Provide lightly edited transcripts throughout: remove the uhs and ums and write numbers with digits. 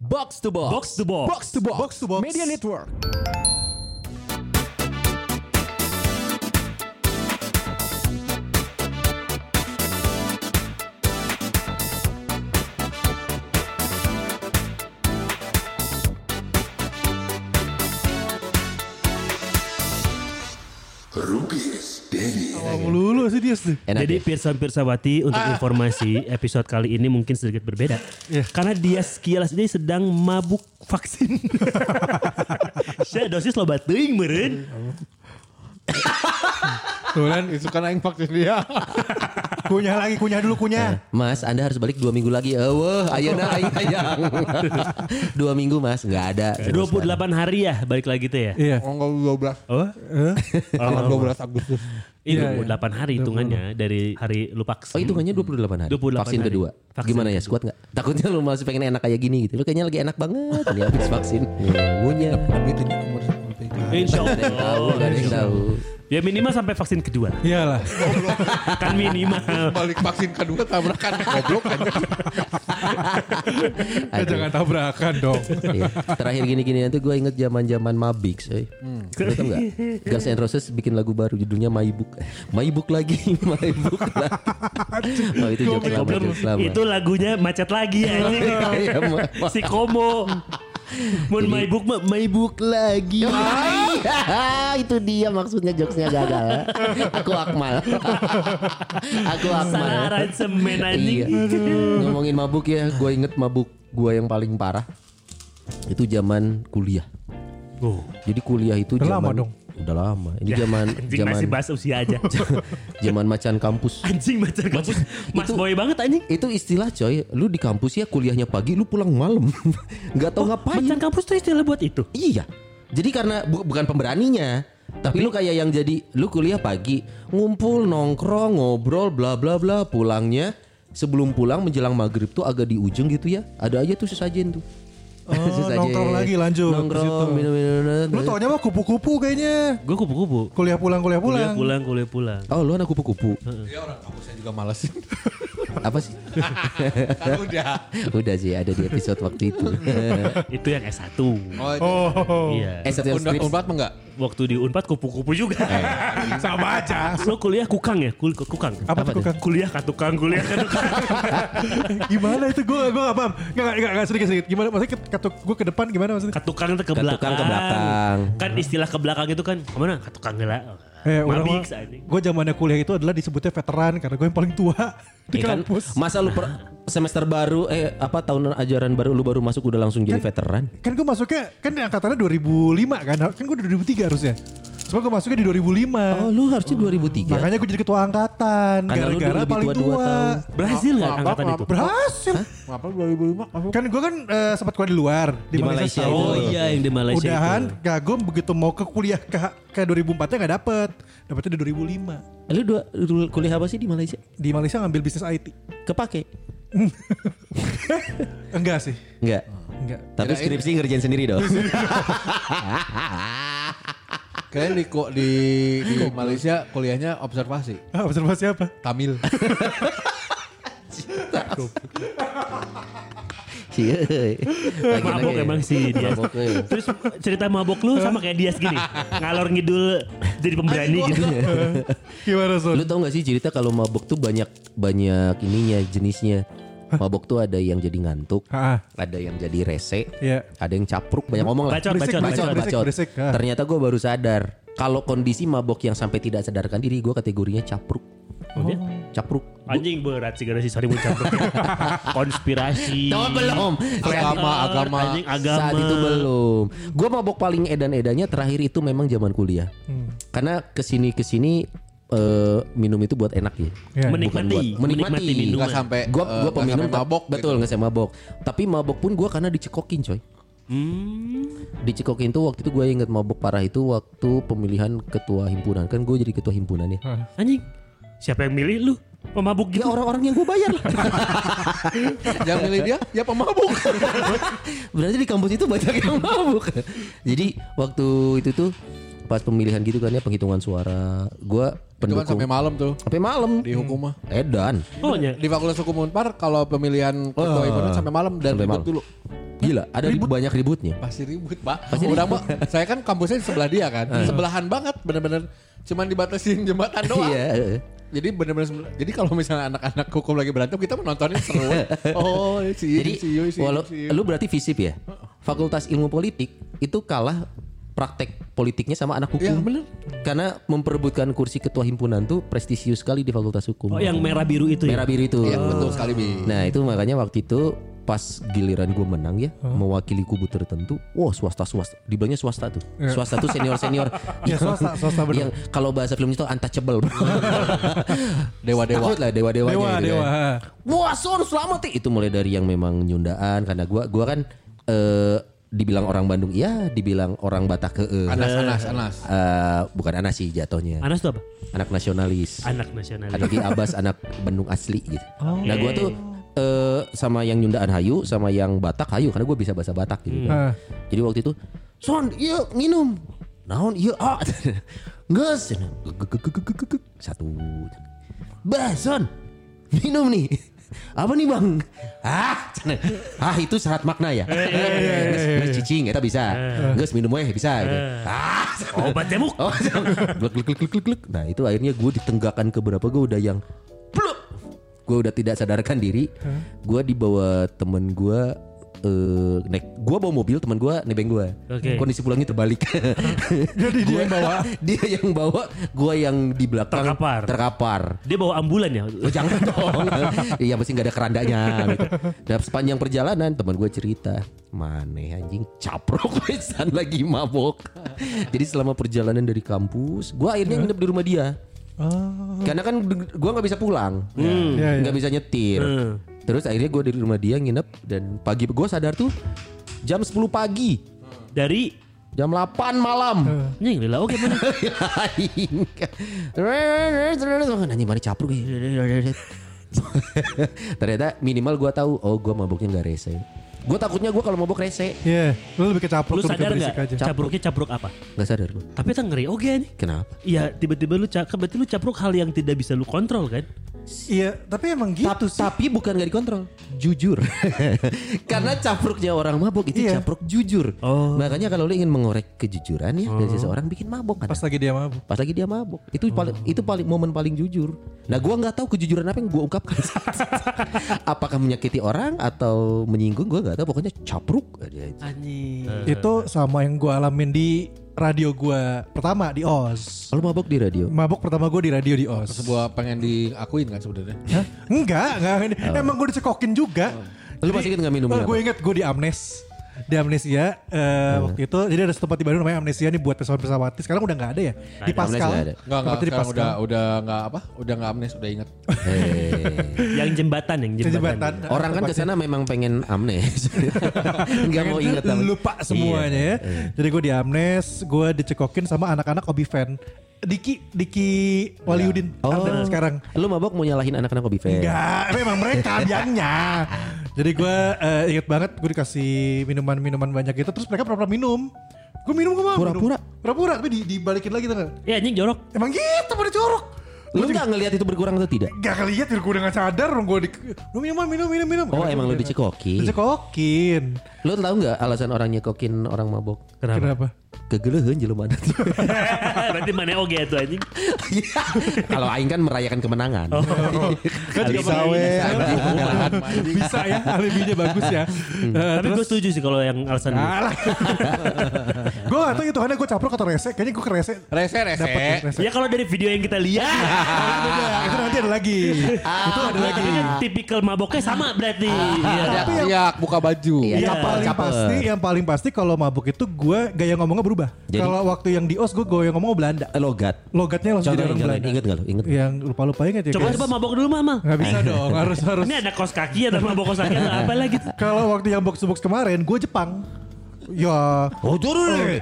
Box to Box. Box to Box. Box to Box. Box to Box. Media Network. Lulu sih dia tuh. Enak Jadi ya? Pirsa-Pirsawati untuk informasi episode kali ini mungkin sedikit berbeda. Karena dia sekilas ini sedang mabuk vaksin. Saya dosis loba teuing meureun. Tuh kan itu kan aing vaksin dia. Kunyah dulu kunyah. Mas, Anda harus balik 2 minggu lagi. Wah, ayeuna aing hayang. 2 minggu Mas, enggak ada. 28 hari ya balik lagi tuh ya. Iya. Ongkol 12. Oh, Tanggal 12 Agustus. Ini 28 hari hitungannya dari hari lu vaksin. Oh, hitungannya 28 hari. 28 vaksin hari. kedua. Vaksin Gimana ya, kuat enggak? Takutnya lu masih pengen enak kayak gini gitu. Lu kayaknya lagi enak banget nih habis vaksin. Ngunyah. Tapi itu umur sampai Insya Gak ada yang tahu, Allah. gak ada yang tahu. Ya minimal sampai vaksin kedua. Iyalah. Kan minimal. balik vaksin kedua tabrakan goblok aja. Ya, jangan tabrakan dong. Iya. Terakhir gini-gini nanti gue inget zaman-zaman Mabix. Lu tau gak? Guns N' Roses bikin lagu baru judulnya My Book. My Book lagi, My Book lagi. Oh itu jokes lama, jokes lama. Itu lagunya macet lagi ya. Iya, Si Komo. Mun my book mah my book lagi. Itu dia maksudnya jokesnya gagal. Aku Akmal. Aku Akmal. Salah aransemen Iya. anjing. Ngomongin mabuk ya, gue inget mabuk gue yang paling parah. Itu zaman kuliah. Oh, Jadi kuliah itu Udah zaman lama dong. Udah lama. Ini zaman anjing masih bahas usia aja. zaman macan kampus. Anjing macet kampus. Mas Itu- boy banget anjing. Itu istilah coy. Lu di kampus ya kuliahnya pagi, lu pulang malam. Nggak tahu ngapain. Macan kampus tuh istilah buat itu. Iya. Jadi karena bukan pemberaninya, tapi lu kayak yang jadi lu kuliah pagi, ngumpul, nongkrong, ngobrol, bla bla bla, pulangnya sebelum pulang menjelang maghrib tuh agak di ujung gitu ya. Ada aja tuh sesajen tuh. Oh, nongkrong lagi lanjut ke situ. Nongkrong, minum-minum. Lu taunya mah kupu-kupu kayaknya. Gue kupu-kupu. Kuliah pulang. Kuliah pulang. Oh, lu anak kupu-kupu. Iya orang kampusnya juga males. Apa sih? Kan udah. Udah sih ada di episode waktu itu. Itu yang S1. Oh, itu. Oh. Iya. Unpad mah enggak? Waktu di Unpad kupu-kupu juga. Sama aja. Lo kuliah kukang ya? Kukang. Apa tuh kukang? Kuliah katukang. Gimana itu gue gak paham. Enggak sedikit. Gimana maksudnya gue ke depan gimana maksudnya? Katukang itu ke belakang. Katukang ke belakang. Kan istilah ke belakang itu kan kemana? Katukang lah. Mabik anjing. Gue zamannya kuliah itu adalah disebutnya veteran karena gue yang paling tua di Ya kan, kampus. masa lu semester baru tahun ajaran baru lu baru masuk udah langsung jadi veteran? Kan gue masuknya kan angkatannya 2005 kan gue udah 2003 harusnya. Cuma gue masuknya di 2005. Oh, lu harusnya 2003. Makanya gue jadi ketua angkatan Karena lu gara-gara lebih paling tua 2 tua. tahun. Berhasil nggak angkatan itu? Berhasil. Ngapa 2005 masuk? Kan gue kan sempat kuliah di luar di Malaysia. setahun. Oh iya yang di Malaysia Udahan itu. kagum begitu mau ke kuliah ke 2004 nya gak dapet. Dapetnya di 2005. Lu kuliah apa sih di Malaysia? Di Malaysia ngambil bisnis IT. Kepake? Enggak sih. Enggak. Enggak. Tapi skripsi ngerjain sendiri dong. Kayaknya di Malaysia kuliahnya observasi. Observasi apa? Tamil. Mabok emang sih dia. Terus cerita mabok lu sama kayak Dias gini. Ngalor ngidul jadi pemberani gitu. Gimana Son? Lu tau gak sih cerita kalau mabok tuh banyak ininya jenisnya. Mabok tuh ada yang jadi ngantuk, ada yang jadi rese, Iya. ada yang capruk, banyak ngomong lah. Bacot. Berisik. Ternyata gue baru sadar kalau kondisi mabok yang sampai tidak sadarkan diri, gue kategorinya capruk. Capruk. Anjing berat sih sorry muncul. Konspirasi. Belum. Agama. Anjing agama. Saat itu belum. Gue mabok paling edan-edannya terakhir itu memang zaman kuliah. Karena kesini minum itu buat enak ya. Ya. Menikmati minuman. Enggak sampai Gue peminum sampai mabok. betul nggak sampai mabok. Tapi mabok pun gue karena dicekokin coy. Dicekokin tuh waktu itu gue inget mabok parah itu waktu pemilihan ketua himpunan. Kan gue jadi ketua himpunan ya. Anjing. Siapa yang milih lu? Pemabuk Ya gitu. orang-orang yang gue bayar lah. Yang milih dia ya pemabuk. Berarti di kampus itu banyak yang mabuk. Jadi waktu itu tuh pas pemilihan gitu kan ya, penghitungan suara. Gue Itu kan sampai malam tuh sampai malam di hukum mah. edan. Oh ya. Di Fakultas Hukum Unpar kalau pemilihan ketua himpunan sampai malam dan Sampai ribut malam. dulu. Gila, ada banyak ributnya. Pasti ribut, Pak. Orang mah saya kan kampusnya di sebelah dia kan. Sebelahan banget bener-bener cuman dibatasin jembatan doang. Iya. Jadi bener-bener jadi kalau misalnya anak-anak hukum lagi berantem kita menontonnya seru. Oh, Jadi lu berarti FISIP ya? Fakultas Ilmu Politik itu kalah praktek politiknya sama anak hukum. Iya, bener. Karena memperebutkan kursi ketua himpunan tuh prestisius sekali di Fakultas Hukum. Oh yang merah biru itu ya? Merah biru itu. Iya, betul sekali, Bi. Nah itu makanya waktu itu pas giliran gue menang ya, mewakili kubu tertentu, wah swasta, dibilangnya swasta tuh, swasta tuh senior. Ya swasta bener. Yang kalau bahasa film itu untouchable. Dewa-dewa. Takut lah dewa-dewanya. Dewa, gitu dewa. kan. Wah Son selamat ya. Itu mulai dari yang memang nyundaan, karena gua kan dibilang orang Bandung iya, dibilang orang Batak Anas. bukan Anas sih jatuhnya. Anas tuh apa? Anak nasionalis. Anak nasionalis. Lagi Abbas anak Bandung asli gitu. Nah gue tuh sama yang Nyundaan hayu, sama yang Batak hayu, karena gue bisa bahasa Batak gitu kan. Jadi waktu itu, Son, iya minum. Naon, iya nges. Satu. Bah, Son, minum nih. Apa nih bang? Itu syarat makna ya. Nges cicing, kita bisa. Nges minum bisa. Gitu. Obat nyamuk. Gluk. Nah itu akhirnya gue ditenggakkan ke berapa, gue udah yang pluk. Gue udah tidak sadarkan diri. Gue dibawa temen gue gue bawa mobil, teman gue nebeng gue. Kondisi pulangnya terbalik. Jadi dia yang bawa. Dia yang bawa, gue yang di belakang terkapar. Dia bawa ambulan ya? Oh, jangan dong. Iya pasti nggak ada kerandanya gitu. Dan sepanjang perjalanan teman gue cerita, maneh anjing caprok pisan lagi mabok. Jadi selama perjalanan dari kampus, gue akhirnya nginep di rumah dia. Karena kan gue nggak bisa pulang, nggak bisa nyetir. Terus akhirnya gue di rumah dia nginep, dan pagi gue sadar tuh jam 10 pagi. Dari jam 8 malam. Nih lila oke mana? Nanya mana capruk ya. Ternyata minimal gue tahu, oh gue mabuknya nggak rese. Gue takutnya gue kalau mabuk rese. Iya, lu lebih ke capruk. Lu sadar nggak? Capruknya capruk apa? Gak sadar gue. Tapi itu ngeri oke nih. Kenapa? Iya tiba-tiba berarti lu capruk hal yang tidak bisa lu kontrol kan? Iya, tapi emang gitu sih. Tapi bukan gak dikontrol, jujur. Karena capruknya orang mabuk itu capruk jujur. Makanya kalau lu ingin mengorek kejujuran ya dari seseorang, bikin mabuk kan. Pas lagi dia mabuk. Itu paling momen paling jujur. Nah, gua nggak tahu kejujuran apa yang gua ungkapkan. Apakah menyakiti orang atau menyinggung, gua nggak tahu. Pokoknya capruk aja. Anjing. Itu sama yang gua alamin di radio gua pertama di OS. Kalau mabuk di radio? Mabuk pertama gua di radio di OS. Sebuah pengen diakuin kan sebenarnya. Hah? Enggak. Emang gua dicekokin juga. Lu masih inget gak minumnya? Gue inget gue di Amnesia waktu itu. Jadi ada satu tempat di Bandung namanya Amnesia nih buat pesawat-pesawat. Sekarang udah gak ada ya? Di Pascal. Enggak, sekarang udah enggak apa? Udah enggak amnes, udah inget. Yang jembatan. Orang kan kesana memang pengen amnes. Enggak mau inget. Lupa semuanya ya. Jadi gue di Amnes, gue dicekokin sama anak-anak Obi fan. Diki Waliudin sekarang. Lu mabok mau nyalahin anak-anak Obi fan? Enggak, memang mereka bilangnya. Jadi gue inget banget gue dikasih minuman banyak gitu. Terus mereka pura-pura minum. Gue minum gue mau. Pura-pura tapi dibalikin lagi tuh. Ya anjing jorok. Emang gitu pada jorok. Lu gak ngelihat itu berkurang atau tidak? Gak ngeliat, gue udah gak sadar. Gue minum. Oh emang lu dicekokin? Dicekokin. Lu tahu gak alasan orang nyekokin orang mabok? Kenapa? Kegelehan jelema adat. Berarti mana oge itu anjing? Kalau aing kan merayakan kemenangan. Kan bisa bisa ya, alibinya bagus ya. Tapi gue setuju sih kalau yang alasan itu. Gue gak tau itu karena gue capruk atau rese. Kayaknya gue kerese. Rese. Ya kalau dari video yang kita lihat. Itu nanti ada lagi. Itu ada lagi. Tipikal maboknya sama berarti. Teriak buka baju. Yang paling pasti kalau mabuk itu gue gaya ngomongnya berubah. Kalau waktu yang di OS gue gaya ngomong Belanda. Logatnya langsung jadi orang Belanda. Ingat gak lu? Yang lupa ingat ya. Coba mabok dulu mama. Gak bisa dong, harus. Ini ada kos kaki atau mabok kos kaki atau apa lagi? Kalau waktu yang box kemarin gue Jepang. Ya. Aduh.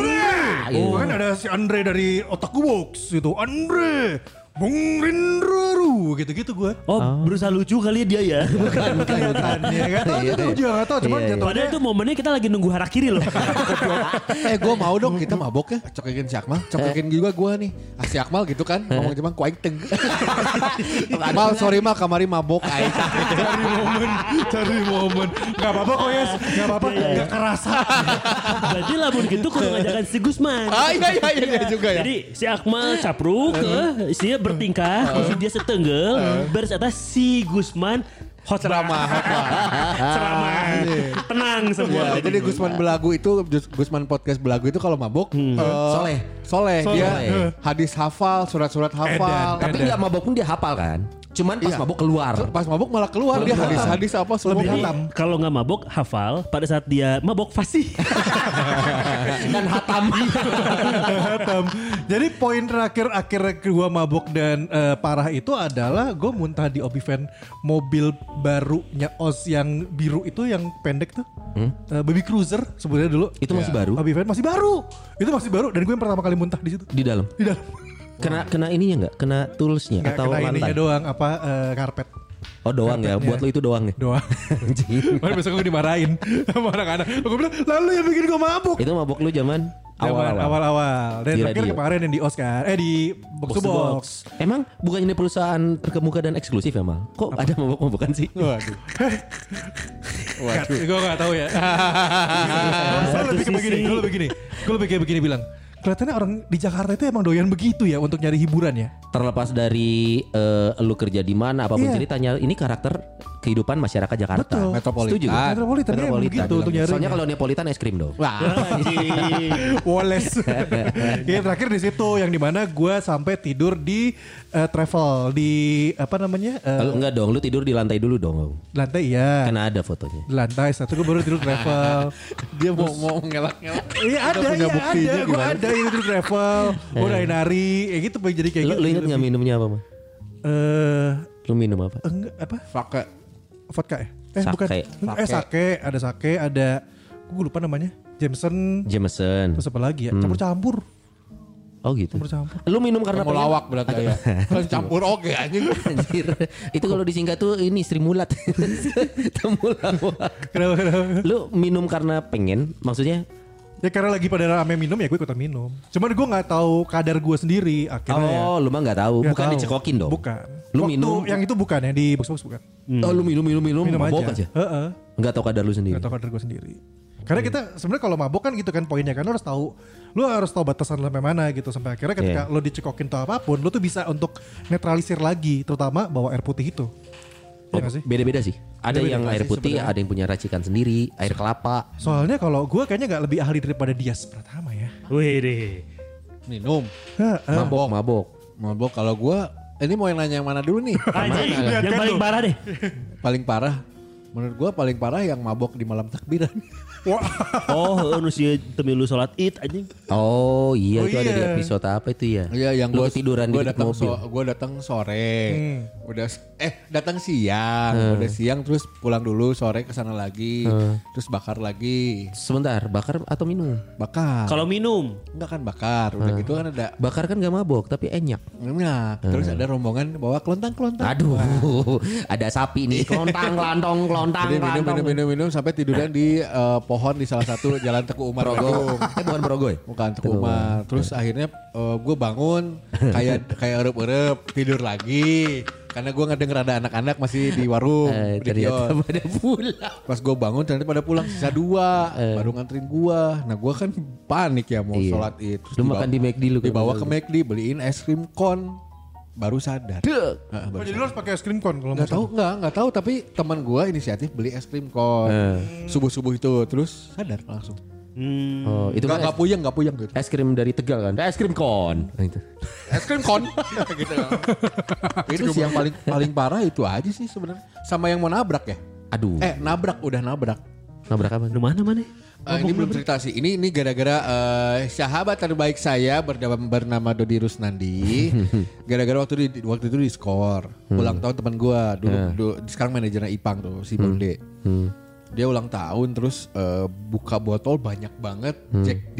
Kan ada si Andre dari Otaku Box itu. Andre. Bung Rindra bro gitu-gitu gue. Oh, berusaha lucu kali dia ya. Bukan. Ya kan tahu Iya, itu iya. juga nggak tahu cuman Iya, iya. jatuhnya Padahal itu momennya kita lagi nunggu harakiri loh. Gue mau dong kita mabok ya. Cokokin si Akmal. Cokokin juga gue nih. Si Akmal gitu kan. Ngomong Jepang kuaing teng. Akmal sorry mah kamari mabok. cari momen. Gak apa-apa kok ya. Gak apa-apa. Gak kerasa. Berarti lamun gitu kudu ngajakan si Gusman. Iya juga ya. Jadi si Akmal capruk, dia bertingkah, terus dia setenggel, beres atas si Gusman hot Ceramah. tenang semua. Ya, jadi Gusman Belagu itu Gusman Podcast Belagu itu kalau mabok Soleh. Dia hadis hafal, surat-surat hafal. Tapi nggak mabok pun dia hafal kan. Cuman pas Iya. mabok keluar. Pas mabok malah keluar dia hadis-hadis apa semua. Jadi kalau nggak mabok hafal, pada saat dia mabok fasih. Dan hatam. Hatam. Jadi poin terakhir akhirnya gue mabok dan parah itu adalah gue muntah di Obivan mobil barunya Os yang biru itu yang pendek tuh. Baby Cruiser sebenarnya dulu. Itu masih baru. Obivan masih baru. Itu masih baru dan gue yang pertama kali muntah di situ. Di dalam. Di dalam. Kena ininya nggak? Kena toolsnya Nggak atau kena ininya lantai? doang apa karpet. Oh doang ya. Buat lo itu doang ya. Doang. Mana besok gue dimarahin sama anak-anak. Gue bilang lalu yang bikin gue mabuk. Itu mabok lu zaman awal-awal. Dan Di terakhir radio. kemarin yang di Oscar, di Box to Box. Emang bukannya ini perusahaan terkemuka dan eksklusif ya Mal? Kok ada mabok-mabokan sih? Waduh. Gue gak tahu ya. Gue lebih kayak begini bilang. Kelihatannya orang di Jakarta itu emang doyan begitu ya untuk nyari hiburan ya. Terlepas dari lu kerja di mana apapun Iya. ceritanya, ini karakter kehidupan masyarakat Jakarta. Betul. Metropolitan. Setuju. Metropolitan ya emang begitu untuk nyari. Soalnya kalau Neapolitan es krim dong. Woles. Ya terakhir di situ yang dimana gue sampai tidur di travel di apa namanya Kalau enggak dong, lu tidur di lantai dulu dong. lantai iya. Karena ada fotonya. Di lantai satu gue baru tidur travel. Dia mau ngelak-ngelak. Iya ada, punya iya buktinya ada, gue gimana? ada itu di travel, udah nari, ya gitu jadi kayak Lu, gitu. lu inget gak minumnya apa mah? Lu minum apa? Enggak apa? Pakai Vodka ya? Sake. Bukan. Sake, ada gue lupa namanya. Jameson. Jameson. Terus apa lagi ya? Campur-campur. Oh gitu. Campur-campur. Lu minum karena mau lawak berarti ya. Kan campur oke anjing. Anjir. Itu kalau disingkat tuh ini Sri Mulat. Temulawak. Kenapa? Lu minum karena pengen, maksudnya? Ya karena lagi pada rame minum ya gue ikutan minum. Cuman gue gak tahu kadar gue sendiri akhirnya ya. Oh, lu mah nggak tahu. Nggak Bukan tahu. dicekokin dong. Bukan. Lu Waktu minum. yang itu bukan yang di box bukan. Oh, lu minum mabok aja. Heeh. Nggak tahu kadar lu sendiri. Gak tahu kadar gue sendiri. Karena kita sebenarnya kalau mabok kan gitu kan poinnya kan lu harus tahu batasan sampai mana gitu sampai akhirnya ketika lo dicekokin atau apapun lo tuh bisa untuk netralisir lagi terutama bawa air putih itu. Iya gak sih? Beda-beda sih. Ada Beda-beda yang air sih putih, sebenarnya. ada yang punya racikan sendiri, air kelapa. Soalnya kalau gue kayaknya gak lebih ahli daripada Dias Pratama ya. Wih deh. Minum. Mabok kalau gua ini mau yang nanya yang mana dulu nih? Anjing, yang paling parah deh. Paling parah. Menurut gua paling parah yang mabok di malam takbiran. Oh, nusia temilu sholat id anjing. Oh iya, Oh itu ada di iya. episode apa itu ya? Iya yang Lu gua ketiduran di dekat datang mobil. gua datang sore. Udah datang siang. Udah siang terus pulang dulu sore ke sana lagi. Terus bakar lagi. Sebentar, bakar atau minum? Bakar. Kalau minum, enggak kan bakar. Udah gitu kan ada Bakar kan gak mabok, tapi enyak. minyak. Terus ada rombongan bawa kelontang-kelontang. Aduh, ada sapi nih, kelontang, kelontang, Jadi minum sampai tiduran di pohon di salah satu jalan Teguh Umar Bandung. Bukan Progo ya? Bukan Teguh Umar. Terus akhirnya gue bangun kayak erup-erup tidur lagi. Karena gue ngedenger ada anak-anak masih di warung di Ternyata kios. pada pulang. Pas gue bangun ternyata pada pulang sisa 2 baru nganterin gue. Nah gue kan panik ya mau Iya. sholat id. Terus Lu makan di McD lu kan? dibawa ke McD beliin es krim kon. Baru sadar. Dek. Baru Jadi lo harus pakai es krim kon kalau mau Nggak tahu nggak tahu tapi teman gue inisiatif beli es krim kon subuh itu terus sadar langsung Oh, itu kan nggak puyeng gitu es krim dari Tegal kan? Es krim kon. Nah, itu. es krim kon gitu itu sih yang paling parah itu aja sih sebenarnya sama yang mau nabrak ya Aduh. udah nabrak Nabrak apa? lu mana? ini belum cerita sih ini gara-gara sahabat terbaik saya bernama Dodi Rusnandi gara-gara waktu itu di skor ulang tahun teman gue dulu sekarang manajernya Ipang tuh si Bang D. Dia ulang tahun terus buka botol banyak banget Jack D.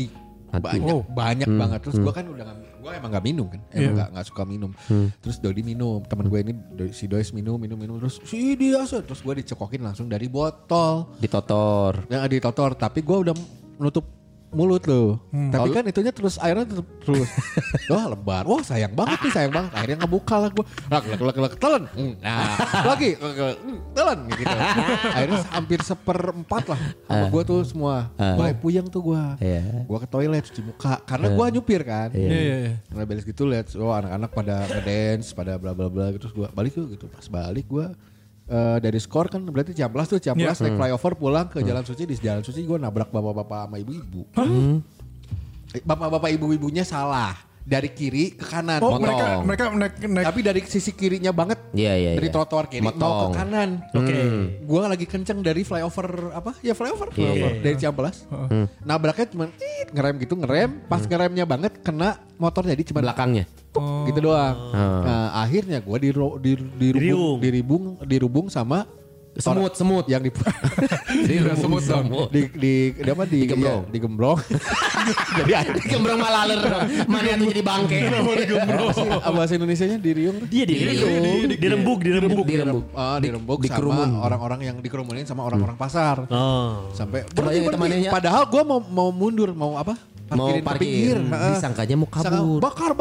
banyak banget. Terus gue kan udah gue emang gak minum kan, emang gak suka minum. Terus Dodi minum, teman gue ini si Dois minum terus si dia terus gue dicekokin langsung dari botol. Ditotor. Ya ditotor, tapi gue udah menutup mulut loh. Tapi kan itunya terus airnya terus. Wah lebar. Wah sayang banget. Akhirnya ngebuka lah gue. Telan. Nah lagi telan gitu. Akhirnya hampir 1/4 lah sama gue tuh semua. Gue puyeng tuh gue. Gue ke toilet cuci muka karena gue nyupir kan. Karena beres gitu lihat anak-anak pada ngedance, pada bla bla bla gitu. Terus gue balik tuh gitu. Pas balik gue dari skor kan berarti Ciamplas naik flyover pulang ke Jalan Suci. Di Jalan Suci gue nabrak bapak-bapak sama ibu-ibu. Bapak-bapak ibu-ibunya salah dari kiri ke kanan. Oh mereka naik. Tapi dari sisi kirinya banget. dari trotoar kiri mau ke kanan. Gue lagi kenceng dari flyover flyover dari Ciamplas. Nabraknya cuma ngerem. Pas ngeremnya banget kena motor jadi cuma Belakangnya. gitu doang. Nah akhirnya gue dirubung sama Semut. yang di semut dong. Digemblong. Jadi Gembrong malaler. Mana tuh jadi bangke. bahasa Indonesianya diriung. Dia dirembuk. Dirembuk sama orang-orang yang dikerumunin sama orang-orang pasar. Sampai berhenti. Padahal gue mau mundur, mau apa? Mau parkir. Disangkanya mau kabur. Bakar.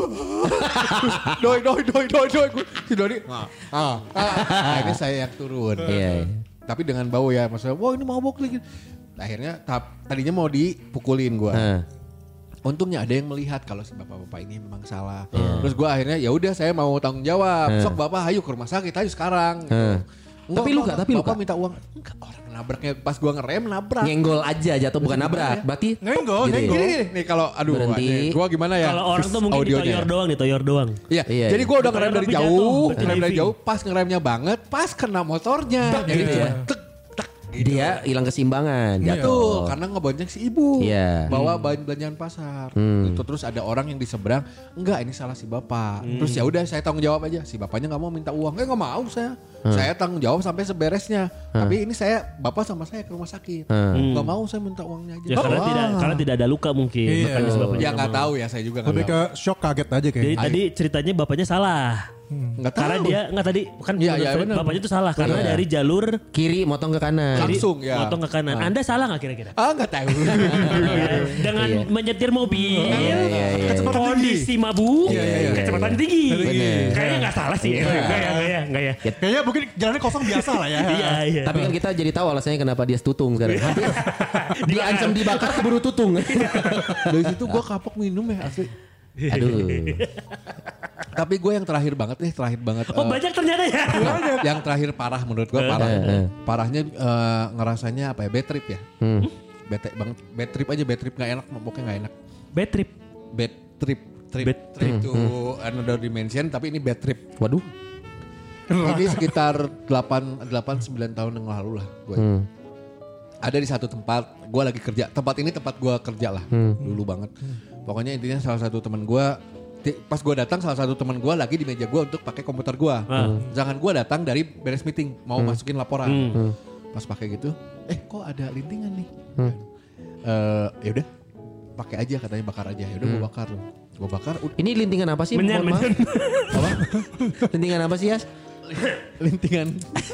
Doi. Si Dodi. Akhirnya saya yang turun. Tapi dengan bau ya, maksudnya, wah ini mabok lagi. Akhirnya tadinya mau dipukulin gue. Untungnya ada yang melihat kalau si bapak-bapak ini memang salah. Terus gue akhirnya ya udah saya mau tanggung jawab. Sok bapak ayo ke rumah sakit ayo sekarang. Gitu. Tapi luka. Bapak minta uang. Enggak, orang nabraknya pas gua ngerem nabrak. Nyenggol aja jatuh bukan nabrak. Berarti nyenggol. Gini nih kalau berhenti. Gua gimana ya? Kalau orang tuh mungkin ditoyor doang. Iya. Jadi gua udah ngerem dari jauh, pas ngeremnya banget, pas kena motornya. Jadi dia hilang keseimbangan. Betul, karena ngebonceng si ibu. Bawa belanjaan pasar. Itu terus ada orang yang di seberang, enggak ini salah si bapak. Terus ya udah saya tanggung jawab aja. Si bapaknya nggak mau minta uang. Nggak mau saya. Saya tanggung jawab sampai seberesnya. Tapi ini bapak sama saya ke rumah sakit. Nggak mau saya minta uangnya aja. Ya karena tidak ada luka mungkin. Makanya sebabnya dia nggak tahu ya, saya juga nggak tahu. Lebih ke shock kaget aja kayaknya. Jadi tadi ceritanya bapaknya salah. Nggak tahu. Karena dia nggak tadi bukan bapaknya itu salah karena dari jalur kiri motong ke kanan. Langsung ya. motong ke kanan. Anda salah nggak kira-kira? Nggak tahu. Dengan menyetir mobil kondisi mabuk, kecepatan tinggi. Kayaknya nggak salah sih. Nggak ya. Kayaknya mungkin jalannya kosong biasa lah ya. Iya. Tapi kan kita jadi tahu alasannya kenapa dia tutung sekarang. Diancam dibakar keburu tutung. Dari situ gue kapok minum ya asli. Aduh. Tapi gue yang terakhir banget. Banyak ternyata ya. Yang terakhir parah menurut gue parah. Parahnya ngerasanya apa ya? Bad trip ya. Bete banget. Bad trip nggak enak. Pokoknya nggak enak. Bad trip. Trip to another dimension. Tapi ini bad trip. Waduh. Ini sekitar 8-9 tahun yang lalu lah gue. Ada di satu tempat. Gue lagi kerja. Tempat ini tempat gue kerja lah. Dulu banget. Pokoknya intinya salah satu teman gue. Pas gue datang salah satu teman gue lagi di meja gue untuk pakai komputer gue. Jangan gue datang dari beres meeting mau masukin laporan. Pas pakai gitu, kok ada lintingan nih? Ya udah, pakai aja katanya bakar aja. Ya udah gue bakar loh. Gue bakar. Ini lintingan apa sih? Menyan. Apa? Lintingan apa sih ya? Lintingan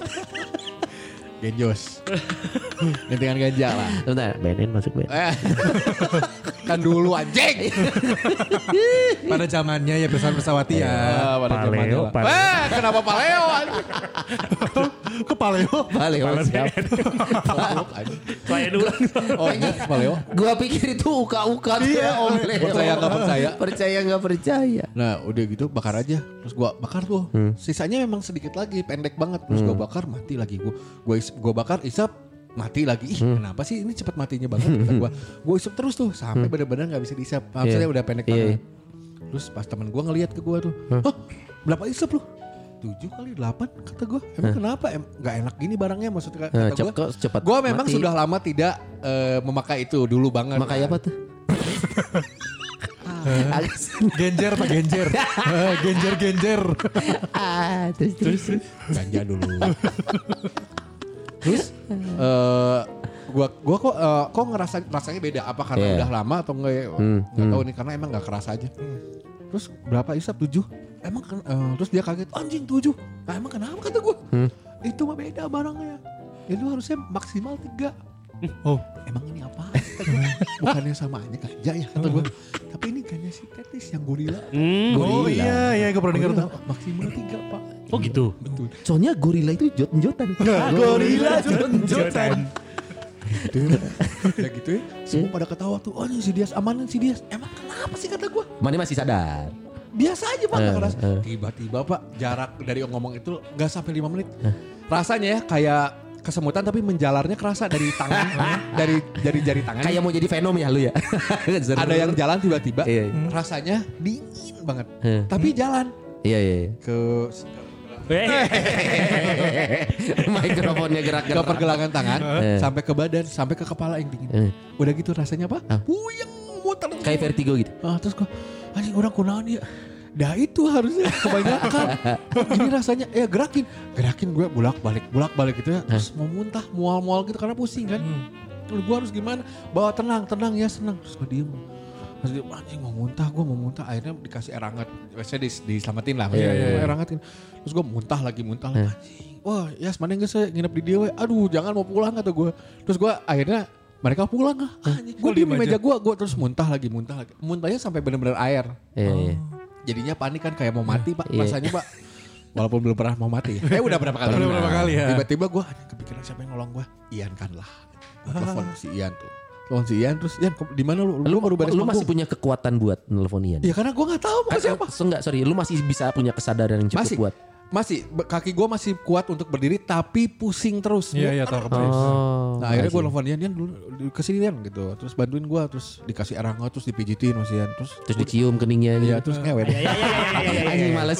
genjos. Lintingan ganja lah. Bentar, BNN masuk BNN. Kan dulu anjing. Pada zamannya ya pesawat-pesawati ya. Pada zamannya lah. Kenapa Paleo? Ke Paleo? Paleo siap. Saya ulang. Oh iya Paleo. Gua pikir itu uka-uka tuh Om Leo. Percaya nggak percaya? Percaya nggak percaya? Nah udah gitu bakar aja. Terus gua bakar tuh. Sisanya memang sedikit lagi, pendek banget. Terus gua bakar mati lagi. Gua bakar isap mati lagi. Kenapa sih ini cepat matinya banget? Gua isap terus tuh sampai benar-benar nggak bisa diisap. Maksudnya udah pendek banget. Terus pas temen gua ngeliat ke gua tuh, berapa isap lu? 7 kali 8 kata gue. Emang kenapa? Gak enak gini barangnya maksudnya kata gue. Gue memang sudah lama tidak memakai itu dulu banget. Memakai apa tuh? Genjer Pak Genjer. Genjer. Terus. Ganja dulu. Terus Gua kok rasanya beda apa karena udah lama atau enggak ya? Enggak tahu nih karena emang enggak kerasa aja. Terus berapa isap 7? Emang kan terus dia kaget anjing 7. Nah emang kenapa kata gua? Itu mah beda barangnya. Ya lu harusnya maksimal 3. Oh, emang ini apa? Bukannya sama aja ganja ya kata gua. Tapi ini ganja sintetis yang gorila. Oh iya gue pernah dengar tuh. Maksimal 3 Pak. Oh gitu. Betul. Soalnya gorila itu jot-jotan. Gorila jot-jotan. Udah gitu ya. Semua pada ketawa tuh. Oh ini si Dias amanin si Dias. Emang kenapa sih kata gue? Mane masih sadar. Biasa aja Pak. Gak keras. Tiba-tiba Pak jarak dari ngomong itu gak sampai 5 menit. Rasanya ya kayak kesemutan tapi menjalarnya kerasa dari tangan. dari jari tangan. Kayak mau jadi Venom ya lu ya. Ada yang jalan tiba-tiba. Iya. Rasanya dingin banget. Tapi jalan. Iya. Ke Mikrofonnya ke gerak-gerak. pergelangan tangan. Sampai ke badan. Sampai ke kepala yang dingin. Udah gitu rasanya apa? Puyeng muter. Kayak vertigo gitu. Terus gue anjing orang kunaon ya. Dah itu harusnya kebanyakan. Ini rasanya gerakin gue bolak balik gitu ya. Terus mau muntah mual gitu karena pusing kan. Terus gue harus gimana? Bawa tenang ya senang. Terus gue diem. Terus dia anjing mau muntah. Akhirnya dikasih air hangat. Biasanya diselamatin lah. Air hangatin. Terus gue muntah lagi. Anjing. Wah ya mana gak saya nginep di dia. Aduh jangan mau pulang kata gue. Terus gue akhirnya mereka pulang lah. Gue diem di meja gue terus muntah lagi. Muntahnya sampai benar-benar air. Iya. Jadinya panik kan kayak mau mati Pak. Rasanya Pak. Walaupun belum pernah mau mati. Udah berapa kali. Udah berapa kali ya. Tiba-tiba gue kepikiran siapa yang nolong gue. Ian kan lah. Telepon si Ian tuh. Telepon si Ian terus Ian di mana lu? Lu baru beres Lu manggung. masih punya kekuatan buat nelfon Ian? Ya karena gue gak tahu mau siapa. Sorry, lu masih bisa punya kesadaran yang cukup buat. Masih kaki gue masih kuat untuk berdiri tapi pusing terus. Iya tahu kemarin. Nah akhirnya gue nelfon Ian dulu kesini Ian gitu. Terus bantuin gue terus dikasih air hangat terus dipijitin sama Ian. Terus dicium keningnya gitu. Iya terus ngewe deh. Anjing males.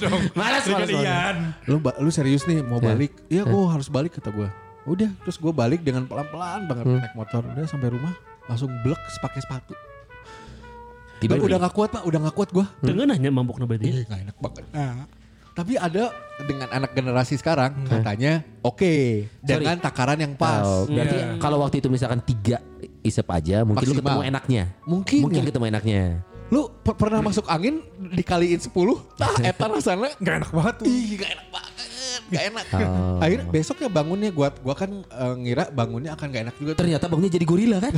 Lu serius nih mau balik? Iya gue harus balik kata gue. Udah terus gue balik dengan pelan-pelan banget naik motor. Udah sampai rumah langsung blek pakai sepatu. Tidur Udah gak kuat Pak, udah gak kuat gue. Dengan nanya mabuk berarti. Gak enak banget. Tapi ada dengan anak generasi sekarang katanya oke, dengan takaran yang pas. Berarti kalau waktu itu misalkan 3 isep aja mungkin lu ketemu enaknya. Mungkin ketemu enaknya. Lu pernah masuk angin dikaliin 10? Eta rasanya Gak enak banget tuh. gak enak banget. Gak enak. Akhirnya besoknya bangunnya gua kan ngira bangunnya akan gak enak juga. Ternyata bangunnya jadi gorila kan?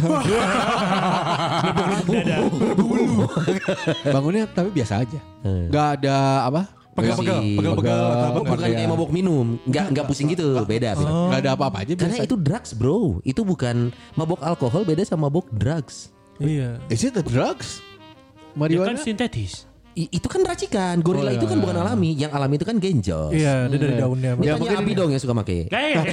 Bangunnya tapi biasa aja. Gak ada apa? Pegel-pegel. Bukan kayak mabok minum, nggak pusing gitu, beda. Gak ada apa-apa aja. Karena itu drugs bro, itu bukan mabok alkohol, beda sama mabok drugs. Iya. Is it a drugs? Ya Marijuana? kan sintetis. Itu kan racikan, gorila itu kan bukan alami, yang alami itu kan genjos. Iya, dia dari daunnya. Ya mungkin Abi dong yang suka make.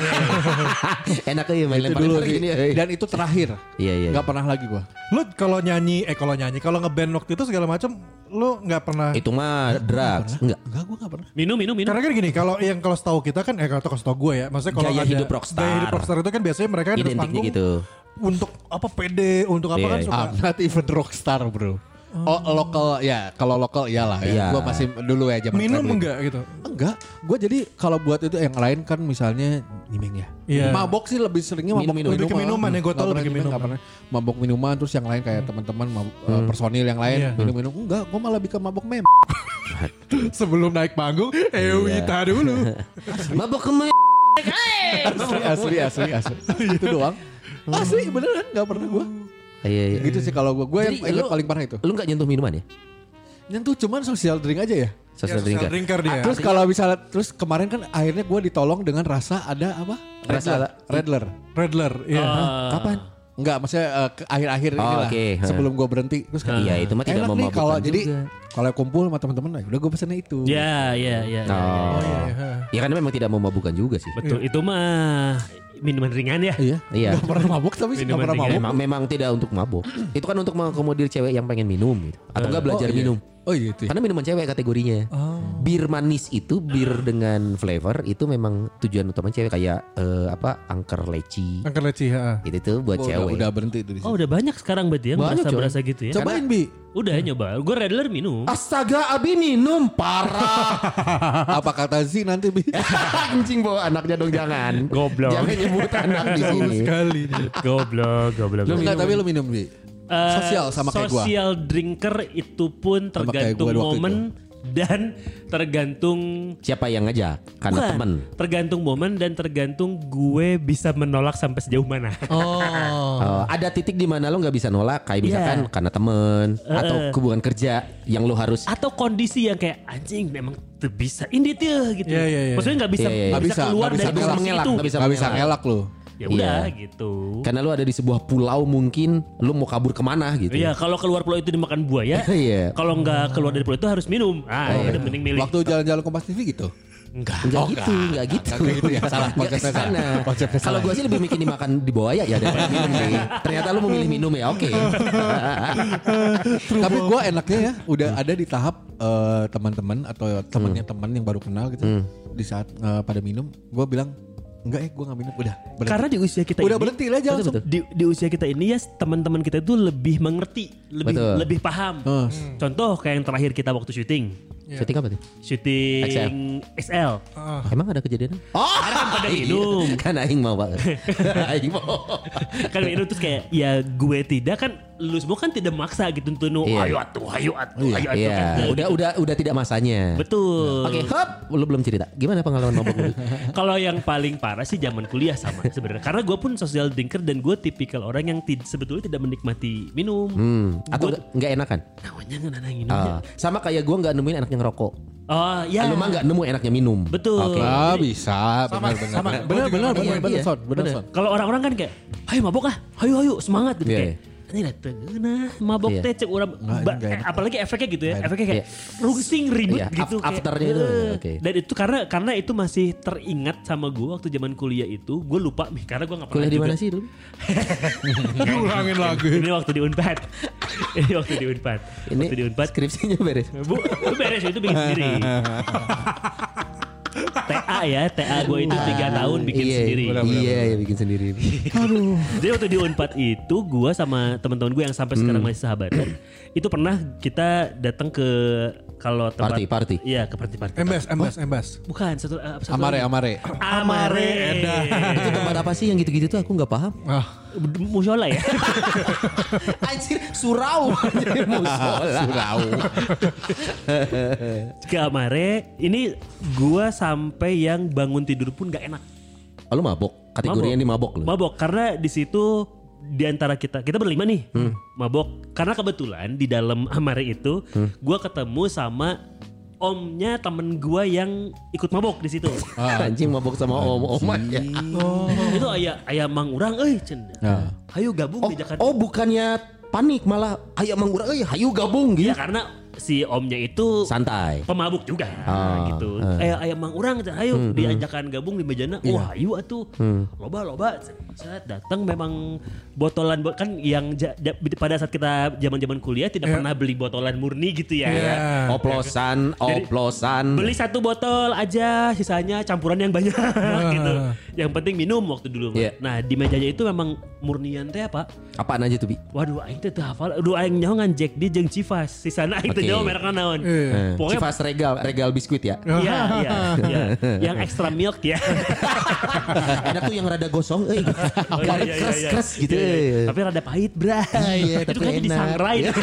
Enak aja main Itu lempar dulu gini. dan itu terakhir. Iya. Gak pernah lagi gua. Lu kalau ngeband waktu itu segala macam, lu nggak pernah. Itu mah drugs, enggak. Enggak, gua gak pernah. Minum. Karena kan gini, kalau setahu kita kan, kalau setahu gue ya, maksudnya kalau Gaya ada hidup rockstar. Gaya hidup rockstar itu kan biasanya mereka kan di Identiknya panggung gitu. untuk apa pede, untuk apa Iya. kan suka. I'm not even rockstar bro. Lokal ya, kalau lokal iyalah ya. Iya. Gua masih dulu ya zaman Minum traveling. enggak gitu. Enggak, gue jadi kalau buat itu yang lain kan misalnya nyimeng ya. Iya. Mabok sih lebih seringnya mabok Minum. Lebih ke minuman ya, gue tau Nggak lebih ke pernah nyimeng, minuman. nggak pernah. Mabok minuman terus yang lain kayak teman-teman personil yang lain Iya. minum-minum. Enggak, gue malah lebih ke mabok mem. Sebelum naik panggung, Wita dulu. Mabok kemana? asli. Itu doang. Asli beneran nggak pernah gue. Iya. Gitu sih kalau gue yang Jadi ingat paling parah itu. Lu nggak nyentuh minuman ya? Nyentuh cuman social drink aja ya. Social drinker. drinker dia. Terus kalau misalnya terus kemarin kan akhirnya gue ditolong dengan rasa ada apa? Rasa- Redler. Redler, iya. Kapan? Enggak, maksudnya ke akhir-akhir inilah. oke. Sebelum gue berhenti terus kan. Iya, itu mah tidak Enak nih memabukkan kalau juga. jadi kalau kumpul sama teman-teman, nah udah gue pesennya itu. Ya. Oh. Ya karena memang tidak memabukkan juga sih. Betul, itu mah minuman ringan ya. Iya. Iya. Gak pernah mabuk tapi gak Minuman pernah ringan. mabuk. Memang tidak untuk mabuk. Itu kan untuk mengakomodir cewek yang pengen minum gitu. Atau enggak belajar iya. minum. Oh iya itu. Karena minuman cewek kategorinya. Bir manis itu, bir dengan flavor itu memang tujuan utama cewek kayak angker leci. Angker leci, Itu tuh buat cewek. Udah berhenti itu di situ. Oh udah banyak sekarang berarti ya Banyak, coy. berasa gitu ya. Cobain Bi. Udah nyoba. Gue regular minum. Astaga, Abi minum parah. Apa kata Z nanti Bi? Anjing bawa anaknya dong jangan. Goblok. Jangan nyebut anak di sini. Sekali. Goblok. Enggak, tapi lu minum Bi. Sosial sama kayak gua. Social drinker itu pun Sama kayak tergantung gua waktu momen dan tergantung Siapa yang ngajak? Karena Bukan. temen. Tergantung momen dan tergantung gue bisa menolak sampai sejauh mana. Oh, ada titik di mana lo nggak bisa nolak, kayak Iya. misalkan karena temen atau hubungan kerja yang lo harus. Atau kondisi yang kayak anjing memang tuh bisa indit ya gitu. Iya, iya, iya. Maksudnya nggak bisa, Iya, iya, iya. nggak bisa keluar nggak bisa dari ngelak, posisi mengelak, itu. nggak bisa Gak bisa mengelak. ngelak lu. Ya udah Iya. gitu. Karena lo ada di sebuah pulau mungkin lo mau kabur kemana gitu. Iya, kalau keluar pulau itu dimakan buaya. Iya. Kalau nggak keluar dari pulau itu harus minum. Udah mending milih. Waktu jalan-jalan Kompas TV gitu. Enggak. Enggak gitu, enggak gitu. Enggak gitu ya, salah Nggak konsepnya kesana. salah. Konsepnya Kalau salah. gue sih lebih mikir dimakan di buaya ya daripada minum sih. Ternyata lu memilih minum ya, oke. Tapi gue enaknya ya udah ada di tahap teman-teman atau temannya teman yang baru kenal gitu. Di saat pada minum, gue bilang enggak gue nggak minum, udah berhenti. Karena di usia kita Udah ini, berhenti aja Betul, langsung. betul. di usia kita ini ya teman-teman kita itu lebih mengerti, Betul. lebih paham. Contoh kayak yang terakhir kita waktu syuting, Syuting apa tuh? syuting XL. Emang ada kejadian? Oh, Karena kan pada minum. Kan aing mau banget. Aing mau. Kan minum terus kayak ya gue tidak kan, lu semua kan tidak maksa gitu untuk Iya. ayo atuh ayo atuh ayo atuh Iya, kan. udah tidak masanya. Betul. Oke, hop, lu belum cerita. Gimana pengalaman mabok lu? Kalau yang paling parah sih zaman kuliah sama sebenarnya. Karena gue pun social drinker dan gue tipikal orang yang sebetulnya tidak menikmati minum. Atau Gua- nggak enakan? Namanya nggak nanya minumnya. Sama kayak gue nggak nemuin enaknya ngerokok. Oh ya. Lu mah nggak nemu enaknya minum. Betul. Oke. Ah bisa, benar-benar. sama. Benar-benar, Iya, benar-benar, iya. Son, benar, Son. Kalau orang-orang kan kayak, ayo mabok ah, ayo semangat gitu Iya, kayak. Ini dateng, nah mabok Iya. teh cek orang, Nggak enak. apalagi efeknya gitu ya, efeknya kayak rungsing ribet Iya, gitu. kayak, afternya itu, oke. Dan itu karena itu masih teringat sama gue waktu zaman kuliah itu, gue lupa nih karena gue nggak pernah Kuliah di juga. mana sih dulu? Diulangin lagi. Ini waktu di Unpad. Ini waktu di Unpad. Ini Waktu di Unpad. skripsinya beres. Bu, itu beres itu bikin sendiri. TA ya, TA gue itu 3 tahun bikin Iya, sendiri. Iya, ya bikin sendiri. Jadi waktu di Unpad itu gue sama teman-teman gue yang sampai sekarang masih sahabatan, itu pernah kita datang ke kalau tempat Party. Iya, ke party. Embas. Bukan satu Amare. Amare. Itu tempat apa sih yang gitu-gitu tuh aku nggak paham. Musyola ya. Anjir, surau. Surau. Ke Amare, ini gue sampai yang bangun tidur pun gak enak. Oh, lu mabok? Kategorinya ini mabok lu? Mabok karena di situ di antara kita berlima nih mabok. Karena kebetulan di dalam Amare itu gue ketemu sama omnya temen gue yang ikut mabok di situ. Anjing mabok sama om ya. Itu ayah mang urang cen. Hayu gabung di Jakarta. Oh, bukannya panik malah ayo mangurang hayu gabung gitu. Iya karena si omnya itu Santai. pemabuk juga gitu. Ayah mang urang hayu diajakan gabung di mejana. Wah, hayu atuh. Loba saat datang memang botolan kan yang pada saat kita zaman-zaman kuliah tidak pernah beli botolan murni gitu ya. Oplosan. Beli 1 botol aja, sisanya campuran yang banyak gitu. Yang penting minum waktu dulu. Iya. Nah, di mejanya itu memang murnian teh apa? Apaan aja tuh, Bi? Waduh, aing teh teu hafal. Aduh, aing nyaho ngan Jack D jeung Chivas. Sisana aing teu Oke. nyaho merekna naon. Pokoknya Civas regal biskuit ya. iya. Yang extra milk ya. Enak tuh yang rada gosong, Oh, iya, keras gitu. Iya. Tapi rada pahit, Bray. Iya, Itu tapi kayaknya di enak. Sangrai. Iya.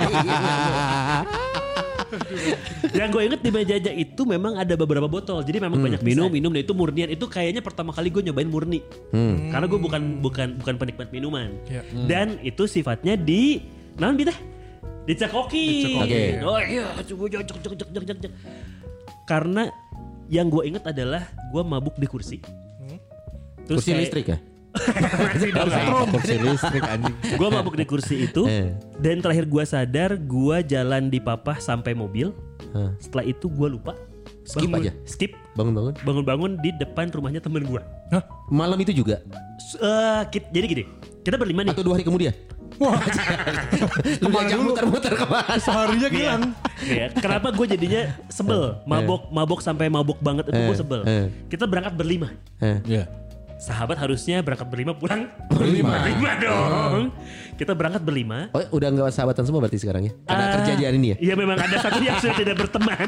Yang gue inget di meja itu memang ada beberapa botol. Jadi memang banyak minum. Nah itu murnian. Itu kayaknya pertama kali gue nyobain murni. Karena gue bukan penikmat minuman. Dan itu sifatnya di naon bi teh? Dicekoki. Oke. Oh iya, coba jek. Karena yang gue inget adalah gue mabuk di kursi. Kursi listrik ya? Kursi listrik anjing. Gue mabuk di kursi itu. Dan terakhir gue sadar gue jalan di papah sampai mobil. Setelah itu gue lupa. Skip aja? Skip. Bangun-bangun. Bangun-bangun di depan rumahnya temen gue. Malam itu juga? Jadi gini, kita berlima nih. Atau 2 hari kemudian? Wah, lu diajak muter-muter kemana? Seharinya hilang. Ya, kenapa gue jadinya sebel, mabok sampai mabok banget itu gue sebel. Kita berangkat berlima. Iya. Sahabat harusnya berangkat berlima pulang berlima dong. Kita berangkat berlima. Oh, udah nggak sahabatan semua berarti sekarang ya? Karena kejadian ini ya? Iya memang ada satu yang sudah tidak berteman.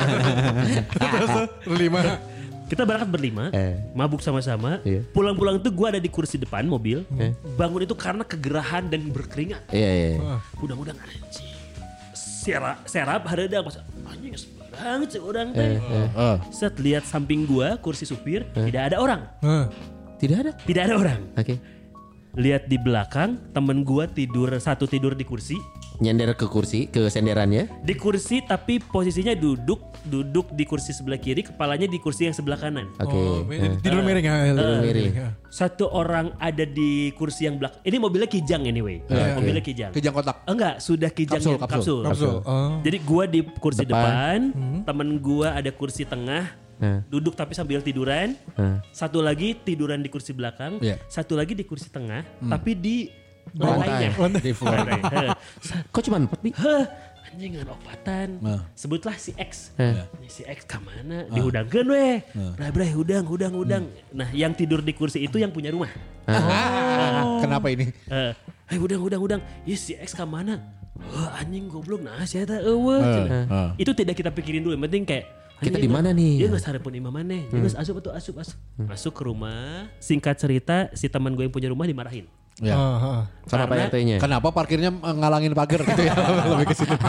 Lima. Kita berangkat berlima, mabuk sama-sama. Iya. Pulang-pulang tuh gue ada di kursi depan mobil. Bangun itu karena kegerahan dan berkeringat. Iya. Mudah-mudahan anjing. Serap hareudang pas anjing banget sih orang teh. Set lihat samping gua kursi supir tidak ada orang. Tidak ada? orang. Oke. Lihat di belakang temen gua tidur di kursi. Nyender ke kursi, ke senderannya. Di kursi tapi posisinya duduk di kursi sebelah kiri, kepalanya di kursi yang sebelah kanan. Oke. Tidur miring ya. miring. Satu orang ada di kursi yang belakang. Ini mobilnya kijang anyway. Mobilnya kijang. Kijang kotak. Enggak, sudah kijang Kapsul. kapsul. Jadi gua di kursi depan, temen gua ada kursi tengah. Duduk tapi sambil tiduran. Satu lagi tiduran di kursi belakang. Satu lagi di kursi tengah. Tapi di lantainya. Di floor. Kok cuma 4 Bi? Anjing ngan opatan. Sebutlah si X. Si X kemana? Dihudangkeun weh. Bray hudang. Nah yang tidur di kursi itu yang punya rumah. Kenapa ini? Hei hudang. Ya si X kemana? Anjing goblok nah si eta Itu tidak kita pikirin dulu. Yang penting kayak Kita di mana nih? Dia nggak sarepun imam maneh. Dia nggak asup. Masuk ke rumah. Singkat cerita si teman gue yang punya rumah dimarahin. Ya. Sama Pak RT-nya. Kenapa parkirnya ngalangin pagar gitu ya? Lebih ke situ.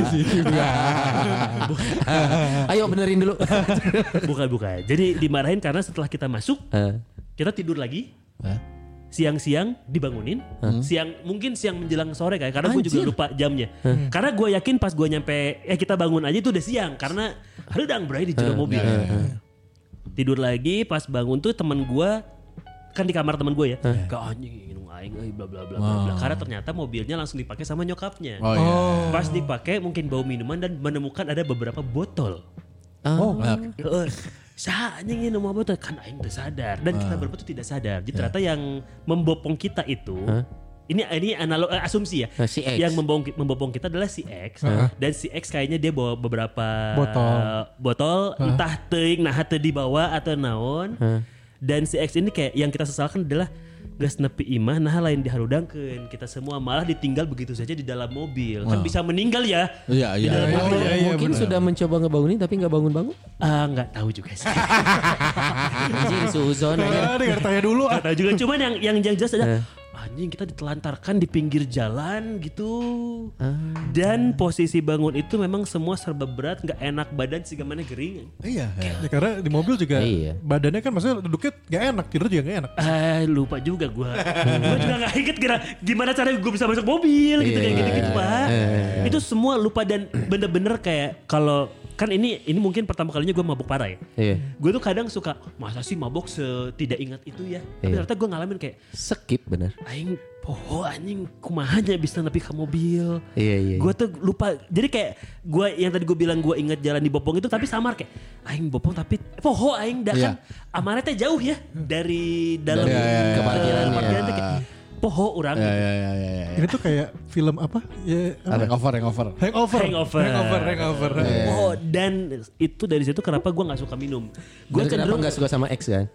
Ayo benerin dulu. Bukan. Jadi dimarahin karena setelah kita masuk, kita tidur lagi. Siang-siang dibangunin, mungkin siang menjelang sore kayak karena gue juga lupa jamnya. Karena gue yakin pas gue nyampe kita bangun aja itu udah siang karena hareudang bray di jero mobil. Tidur lagi pas bangun tuh teman gue kan di kamar teman gue ya. Gak anjing minum aing bla bla bla bla. Karena ternyata mobilnya langsung dipakai sama nyokapnya. Pas dipakai mungkin bau minuman dan menemukan ada beberapa botol. Anjing ini mau botol kan aing teu sadar dan kita berempat tuh tidak sadar. Jadi ternyata yang membopong kita itu ini analog asumsi ya. Si X. Yang membopong kita adalah si X dan si X kayaknya dia bawa beberapa botol entah teuing nah teu dibawa atau naon. Dan si X ini kayak yang kita sesalkan adalah gas nepi imah nah lain diharudangkeun kita semua malah ditinggal begitu saja di dalam mobil. Kan bisa meninggal ya. Iya. Mungkin sudah mencoba ngebangunin tapi nggak bangun-bangun. Nggak tahu juga sih. Anjing suzon aja. Dengar tanya dulu. Nggak tahu juga cuman yang jelas ada anjing kita ditelantarkan di pinggir jalan gitu. Dan posisi bangun itu memang semua serba berat, nggak enak badan sih gimana gering. Iya. Ya, karena di mobil juga badannya kan maksudnya duduknya gak enak, tidur juga gak enak. Lupa juga gue. Gue juga gak inget gimana cara gue bisa masuk mobil gitu kayak gitu-gitu Pak. Itu semua lupa dan bener-bener kayak kalau kan ini mungkin pertama kalinya gue mabuk parah ya. Gue tuh kadang suka masa sih mabuk tidak ingat itu ya. Tapi ternyata gue ngalamin kayak skip bener. Aing anjing kumahanya bisa nepi ke mobil. Iya. Gue tuh lupa. Jadi kayak gue yang tadi gue bilang gue ingat jalan di Bopong itu tapi samar kayak aing Bopong tapi aing dah kan amannya teh jauh ya dari dalam ke parkirannya. Teh kayak orang gitu. Ini tuh kayak film apa? Ya, Hangover. Dan itu dari situ kenapa gue nggak suka minum. Gue kenapa nggak suka sama X kan?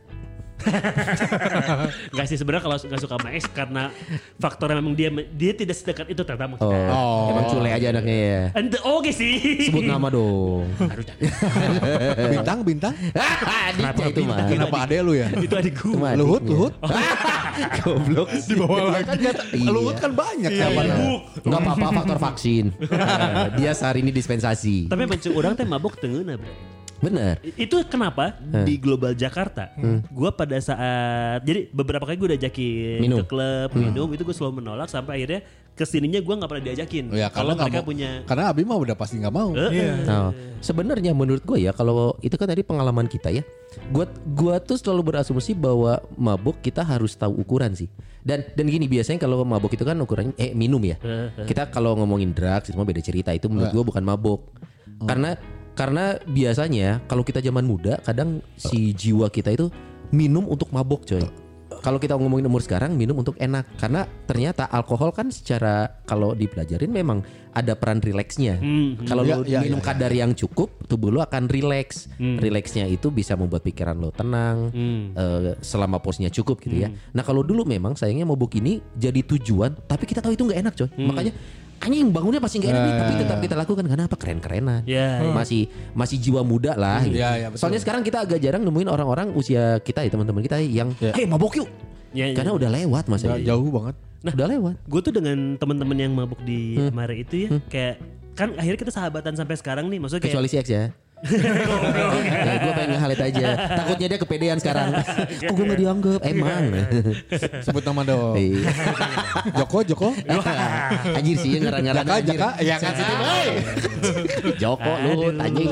Enggak sih sebenarnya kalau nggak suka sama X karena faktornya memang dia tidak sedekat itu ternyata Emang cule aja anaknya ya. Oke sih. Sebut nama dong. Bintang. Adiknya itu mah. Kenapa ade lu ya? Itu adik gue. Luhut. Goblok. Di bawah lagi. Luhut kan banyak Enggak apa-apa faktor vaksin. Dia sehari ini dispensasi. Tapi pencuri orang teh mabok tengeuna bre. Bener. Itu kenapa di Global Jakarta gue pada saat jadi beberapa kali gue udah ajakin ke klub minum itu gue selalu menolak sampai akhirnya kesininya gue nggak pernah diajakin. Kalau mereka punya karena Abi mah udah pasti nggak mau. Sebenarnya menurut gue ya kalau itu kan tadi pengalaman kita ya. Gue tuh selalu berasumsi bahwa mabuk kita harus tahu ukuran sih. Dan gini biasanya kalau mabuk itu kan ukurannya minum ya. Kita kalau ngomongin drugs itu mah beda cerita itu menurut gue bukan mabuk. Karena biasanya kalau kita zaman muda kadang si jiwa kita itu minum untuk mabok coy. kalau kita ngomongin umur sekarang minum untuk enak karena ternyata alkohol kan secara kalau dipelajarin memang ada peran rileksnya. Kalau lo minum kadar yang cukup, tubuh lo akan rileks. Rileksnya itu bisa membuat pikiran lo tenang selama posnya cukup gitu ya. Nah kalau dulu memang sayangnya mabuk ini jadi tujuan, tapi kita tahu itu nggak enak coy. Makanya anjing bangunnya pasti gak enak nih, tapi tetap kita lakukan karena apa? Keren-kerenan. Masih jiwa muda lah. Gitu. Soalnya sekarang kita agak jarang nemuin orang-orang usia kita ya, teman-teman kita yang hey mabok yuk. Karena udah lewat masa jauh banget. Nah, udah lewat. Gue tuh dengan teman-teman yang mabuk di Mare itu ya, kayak kan akhirnya kita sahabatan sampai sekarang nih, maksudnya kayak kecuali si X ya. Ya, gue pengen nge-highlight aja. Takutnya dia kepedean sekarang. Kok gue gak dianggap? Emang. Sebut nama dong. Joko. Anjir sih ngarang-ngarang anjir. Jaka. Ya kan sih. Joko lu anjing.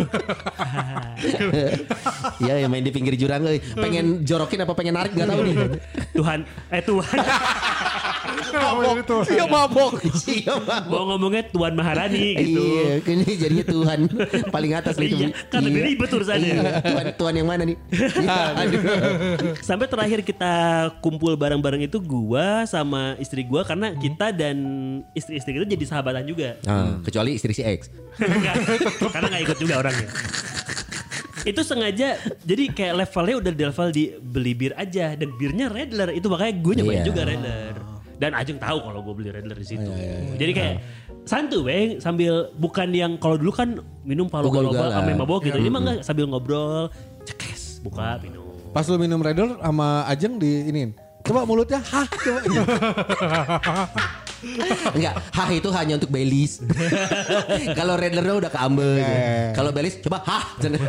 Ya yang main di pinggir jurang euy. Pengen jorokin apa pengen narik gak tahu nih. Tuhan. Iya mabok. Mau ngomongnya Tuan Maharani gitu. Iya, ini jadinya Tuhan paling atas itu. Iya, kan lebih ribet urusannya. Tuhan yang mana nih? Sampai terakhir kita kumpul bareng-bareng itu gua sama istri gua karena kita dan istri-istri kita jadi sahabatan juga. Kecuali istri si X. Karena gak ikut juga orangnya. Itu sengaja jadi kayak levelnya udah di level di beli bir aja dan birnya Redler itu makanya gue nyobain juga Redler. Dan Ajeng tahu kalau gue beli Redler di situ. Jadi kayak santuy sambil bukan yang kalau dulu kan minum palu global sama mabok gitu. Ini mah enggak sambil ngobrol, cekes, buka minum. Pas lu minum Redler sama Ajeng di iniin. Coba mulutnya, hah coba. Enggak, hah itu hanya untuk Baileys. Kalau Redlernya udah keambel. Kalau Baileys coba hah.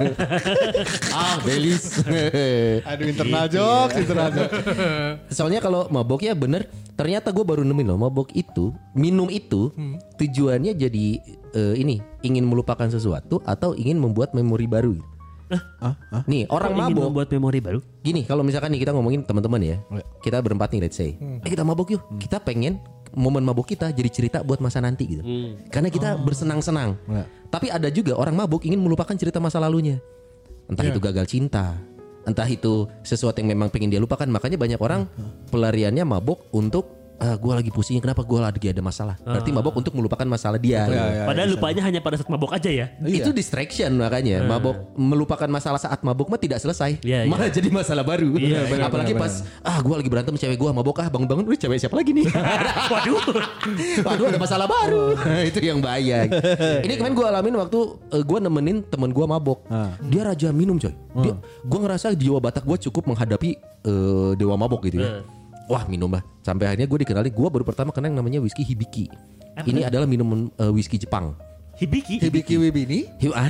Baileys. Aduh internal jokes. Soalnya kalau maboknya bener, ternyata gue baru nemuin loh mabok itu, minum itu tujuannya jadi ini ingin melupakan sesuatu atau ingin membuat memori baru. Nih orang mabok membuat memori baru. Gini kalau misalkan nih kita ngomongin teman-teman ya, kita berempat nih let's say, kita mabok yuk, kita pengen momen mabuk kita jadi cerita buat masa nanti gitu. Karena kita bersenang-senang. Tapi ada juga orang mabuk ingin melupakan cerita masa lalunya. Entah itu gagal cinta, entah itu sesuatu yang memang pengen dia lupakan. Makanya banyak orang pelariannya mabuk untuk gue lagi pusing, kenapa gue lagi ada masalah. Berarti mabok untuk melupakan masalah dia. Padahal lupanya hanya pada saat mabok aja ya. Itu distraction makanya. Mabok melupakan masalah saat mabok mah tidak selesai. Malah jadi masalah baru. Apalagi pas gue lagi berantem cewek gue mabok bangun-bangun cewek siapa lagi nih. Waduh ada masalah baru. Itu yang bahaya. Ini kemarin gue alamin waktu gue nemenin temen gue mabok. Dia raja minum coy. Gue ngerasa jiwa Batak gue cukup menghadapi dewa mabok gitu ya. Wah minum bah. Sampai akhirnya gue dikenali. Gue baru pertama kenal yang namanya whisky Hibiki. Ini adalah minuman whisky Jepang. Hibiki Wibini.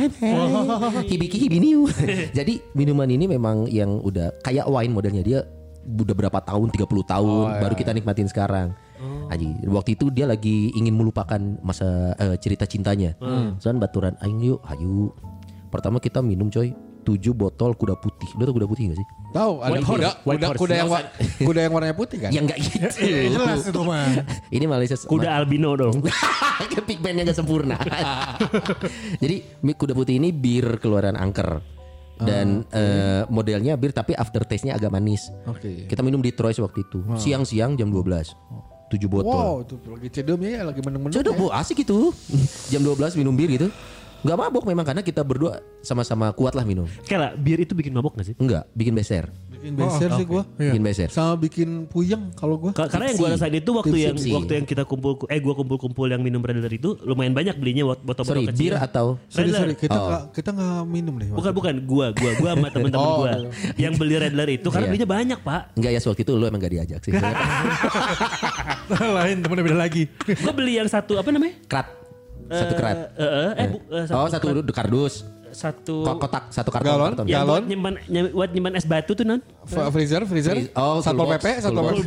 Hibiki Hibiniu. Jadi minuman ini memang yang udah kayak wine modelnya. Dia udah berapa tahun, 30 tahun baru kita nikmatin sekarang. Waktu itu dia lagi ingin melupakan masa cerita cintanya. Soalnya baturan aing yuk, hayu. Pertama kita minum coy 7 botol kuda putih. Lu tau kuda putih gak sih? Tahu, ada kuda yang warnanya putih kan? Ya enggak gitu. Jelas itu mah. Ini Malaysia kuda albino dong. Pigmennya gak sempurna. Jadi kuda putih ini bir keluaran Angker. Dan modelnya bir tapi aftertaste-nya agak manis. Kita minum di Troyes waktu itu. Siang-siang jam 12. 7 botol. Wow, itu lagi cedom ya, lagi meneng-meneng. Cedom, asik itu. Jam 12 minum bir gitu. Gak mabok memang karena kita berdua sama-sama kuat lah minum. Kayak bir itu bikin mabok gak sih? Enggak, bikin beser. Bikin beser sih gue. Bikin beser. Sama bikin puyeng kalau gue. Karena yang gue rasain itu waktu yang kita kumpul, gue kumpul yang minum Redler itu lumayan banyak belinya botol-botol kecil. Bir atau? Sorry, kita nggak minum deh. Bukan, gue sama teman-teman gue yang beli Redler itu karena belinya banyak pak. Enggak ya waktu itu lu emang gak diajak sih. Lain temennya beda lagi. Gue beli yang satu apa namanya? Krat. Satu kerat. Satu kardus. Satu kotak, satu karton. Galon. Buat nyimpan es batu tuh non. Freezer. Satpol PP,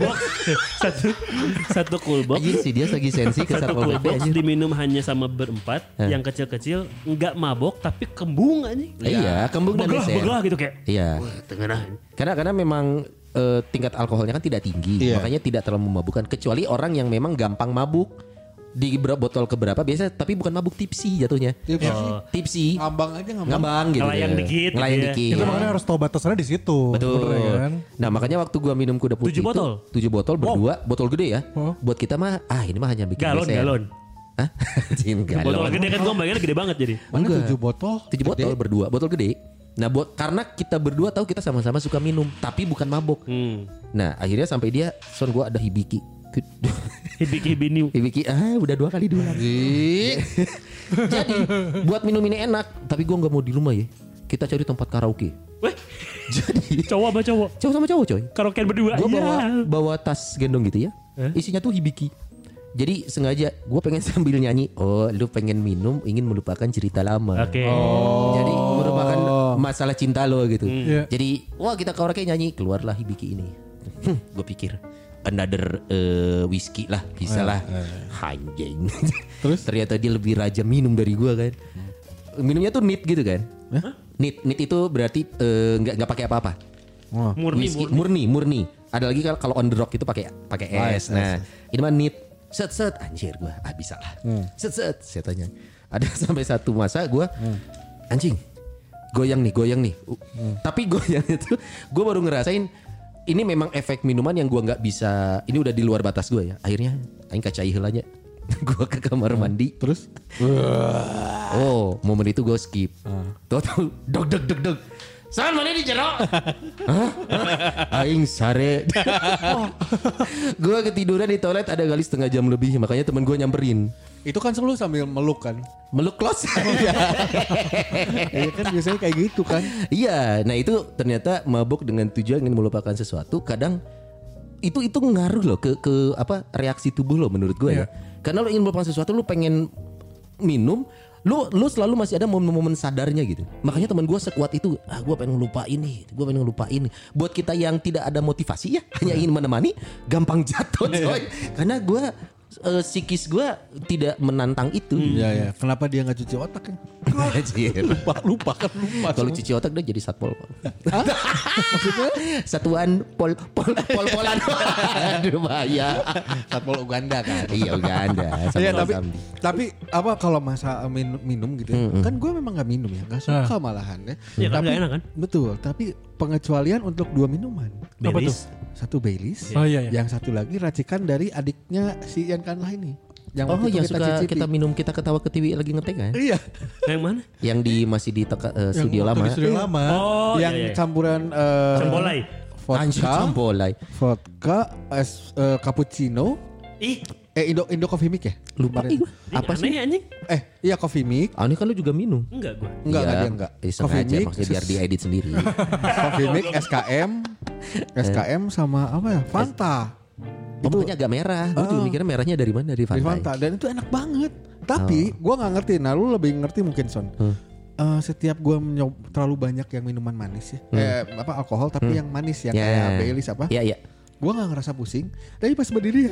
satu cool box. Anjir sih dia lagi sensi ke Satpol PP aja. Diminum hanya sama berempat, yang kecil-kecil, enggak mabok tapi kembung aja. Iya, kembung dan beser. Beglah gitu kayak. Iya. Karena memang tingkat alkoholnya kan tidak tinggi, makanya tidak terlalu memabukkan kecuali orang yang memang gampang mabuk. di botol keberapa biasa, tapi bukan mabuk, tipsi jatuhnya. Tipsi. Ngambang aja Ngambang gitu. Ngelayang dikit Ngelayang gitu ya. dikit. Itu makanya harus tahu batasannya di situ. Betul. Sebenarnya kan. Nah makanya waktu gua minum kuda putih 7 botol? 7 botol berdua, botol gede ya. Oh. Buat kita mah ini mah hanya bikin Galon. Hah? Anjing, Botol galon. gede kan gue bayarnya gede banget jadi. Mana Enggak. 7 botol? 7 botol berdua, botol gede. Nah, karena kita berdua tahu kita sama-sama suka minum, tapi bukan mabok. Nah, akhirnya sampai dia, son gua ada hibiki. Hibiki. Hibiki, udah 2 kali diulang. Jadi, buat minum ini enak, tapi gua nggak mau di rumah ya. Kita cari tempat karaoke. Weh, Jadi, cowok apa cowok? cowok sama cowok coy. Karaokean berdua. Gue Iya. bawa tas gendong gitu ya. Isinya tuh hibiki. Jadi sengaja gue pengen sambil nyanyi. Oh, lu pengen minum, ingin melupakan cerita lama. Oke. Jadi merupakan masalah cinta lo gitu. Iya. Jadi wah kita karaoke nyanyi, keluarlah hibiki ini. Gue pikir another whiskey lah, bisa lah. Anjing. Terus ternyata dia lebih raja minum dari gue kan. Minumnya tuh neat gitu kan. Neat itu berarti nggak pakai apa-apa. Whisky murni. Ada lagi kalau on the rock itu pakai es. Nah, ini mah neat. Set anjir gue bisa lah. Set saya tanya. Ada sampai satu masa gue anjing goyang nih. Tapi goyang itu gue baru ngerasain ini memang efek minuman yang gue nggak bisa. Ini udah di luar batas gue ya. Akhirnya aing kacai heulanya. Gue ke kamar mandi. Terus? Oh, momen itu gue skip. Tahu deg. San mana di jero? Aing sare. Gue ketiduran di toilet ada kali setengah jam lebih. Makanya temen gue nyamperin. Itu kan selalu sambil meluk kan? Meluk close. Iya kan biasanya kayak gitu kan? Iya, nah itu ternyata mabuk dengan tujuan ingin melupakan sesuatu. Kadang itu ngaruh loh ke apa reaksi tubuh lo menurut gue ya. Karena lo ingin melupakan sesuatu, lo pengen minum. Lu selalu masih ada momen-momen sadarnya gitu. Makanya teman gue sekuat itu, gue pengen ngelupain nih. Buat kita yang tidak ada motivasi ya, hanya ingin menemani, gampang jatuh coy. Karena gue psikis gue tidak menantang itu. Iya. Kenapa dia nggak cuci otak ya? lupa. Kalau cuci otak dia jadi satpol. Maksudnya satuan pol-polan. Aduh bahaya. Satpol Uganda kan? Iya Uganda. Iya tapi apa kalau masa minum gitu ya, kan gue memang nggak minum ya, nggak suka malahan ya. Iya kan Tapi nggak enak kan? betul. Tapi pengecualian untuk 2 minuman. Apa tuh? Satu Baileys, Oh, iya. yang satu lagi racikan dari adiknya si Ian Kanlah ini. Yang Oh waktu itu yang kita suka cicipi. kita minum, kita ketawa ke TV lagi ngetek kan? Iya. Yang mana? Yang masih di studio Waktu lama. di studio lama. Oh, yang iya. campuran Cambolai. Anjir cambolai. vodka, cappuccino, Ih, Indo Coffee Mix ya? Lupa Kemarin. apa aneh sih? anjing? Iya Coffee Mix. Ini kan lu juga minum. Enggak gue. Enggak Iya, dia enggak. Sengaja maksudnya biar diedit sendiri. Coffee Mix, SKM sama apa ya? Fanta. Pokoknya agak merah. Gue juga mikirnya merahnya dari mana? Dari Dari Fanta. Fanta dan itu enak banget. Tapi gua nggak ngerti. Nah lu lebih ngerti mungkin Son. Setiap gua terlalu banyak yang minuman manis ya, alkohol tapi yang manis yang kayak Baileys apa? Iya. Gua nggak ngerasa pusing. Tapi pas berdiri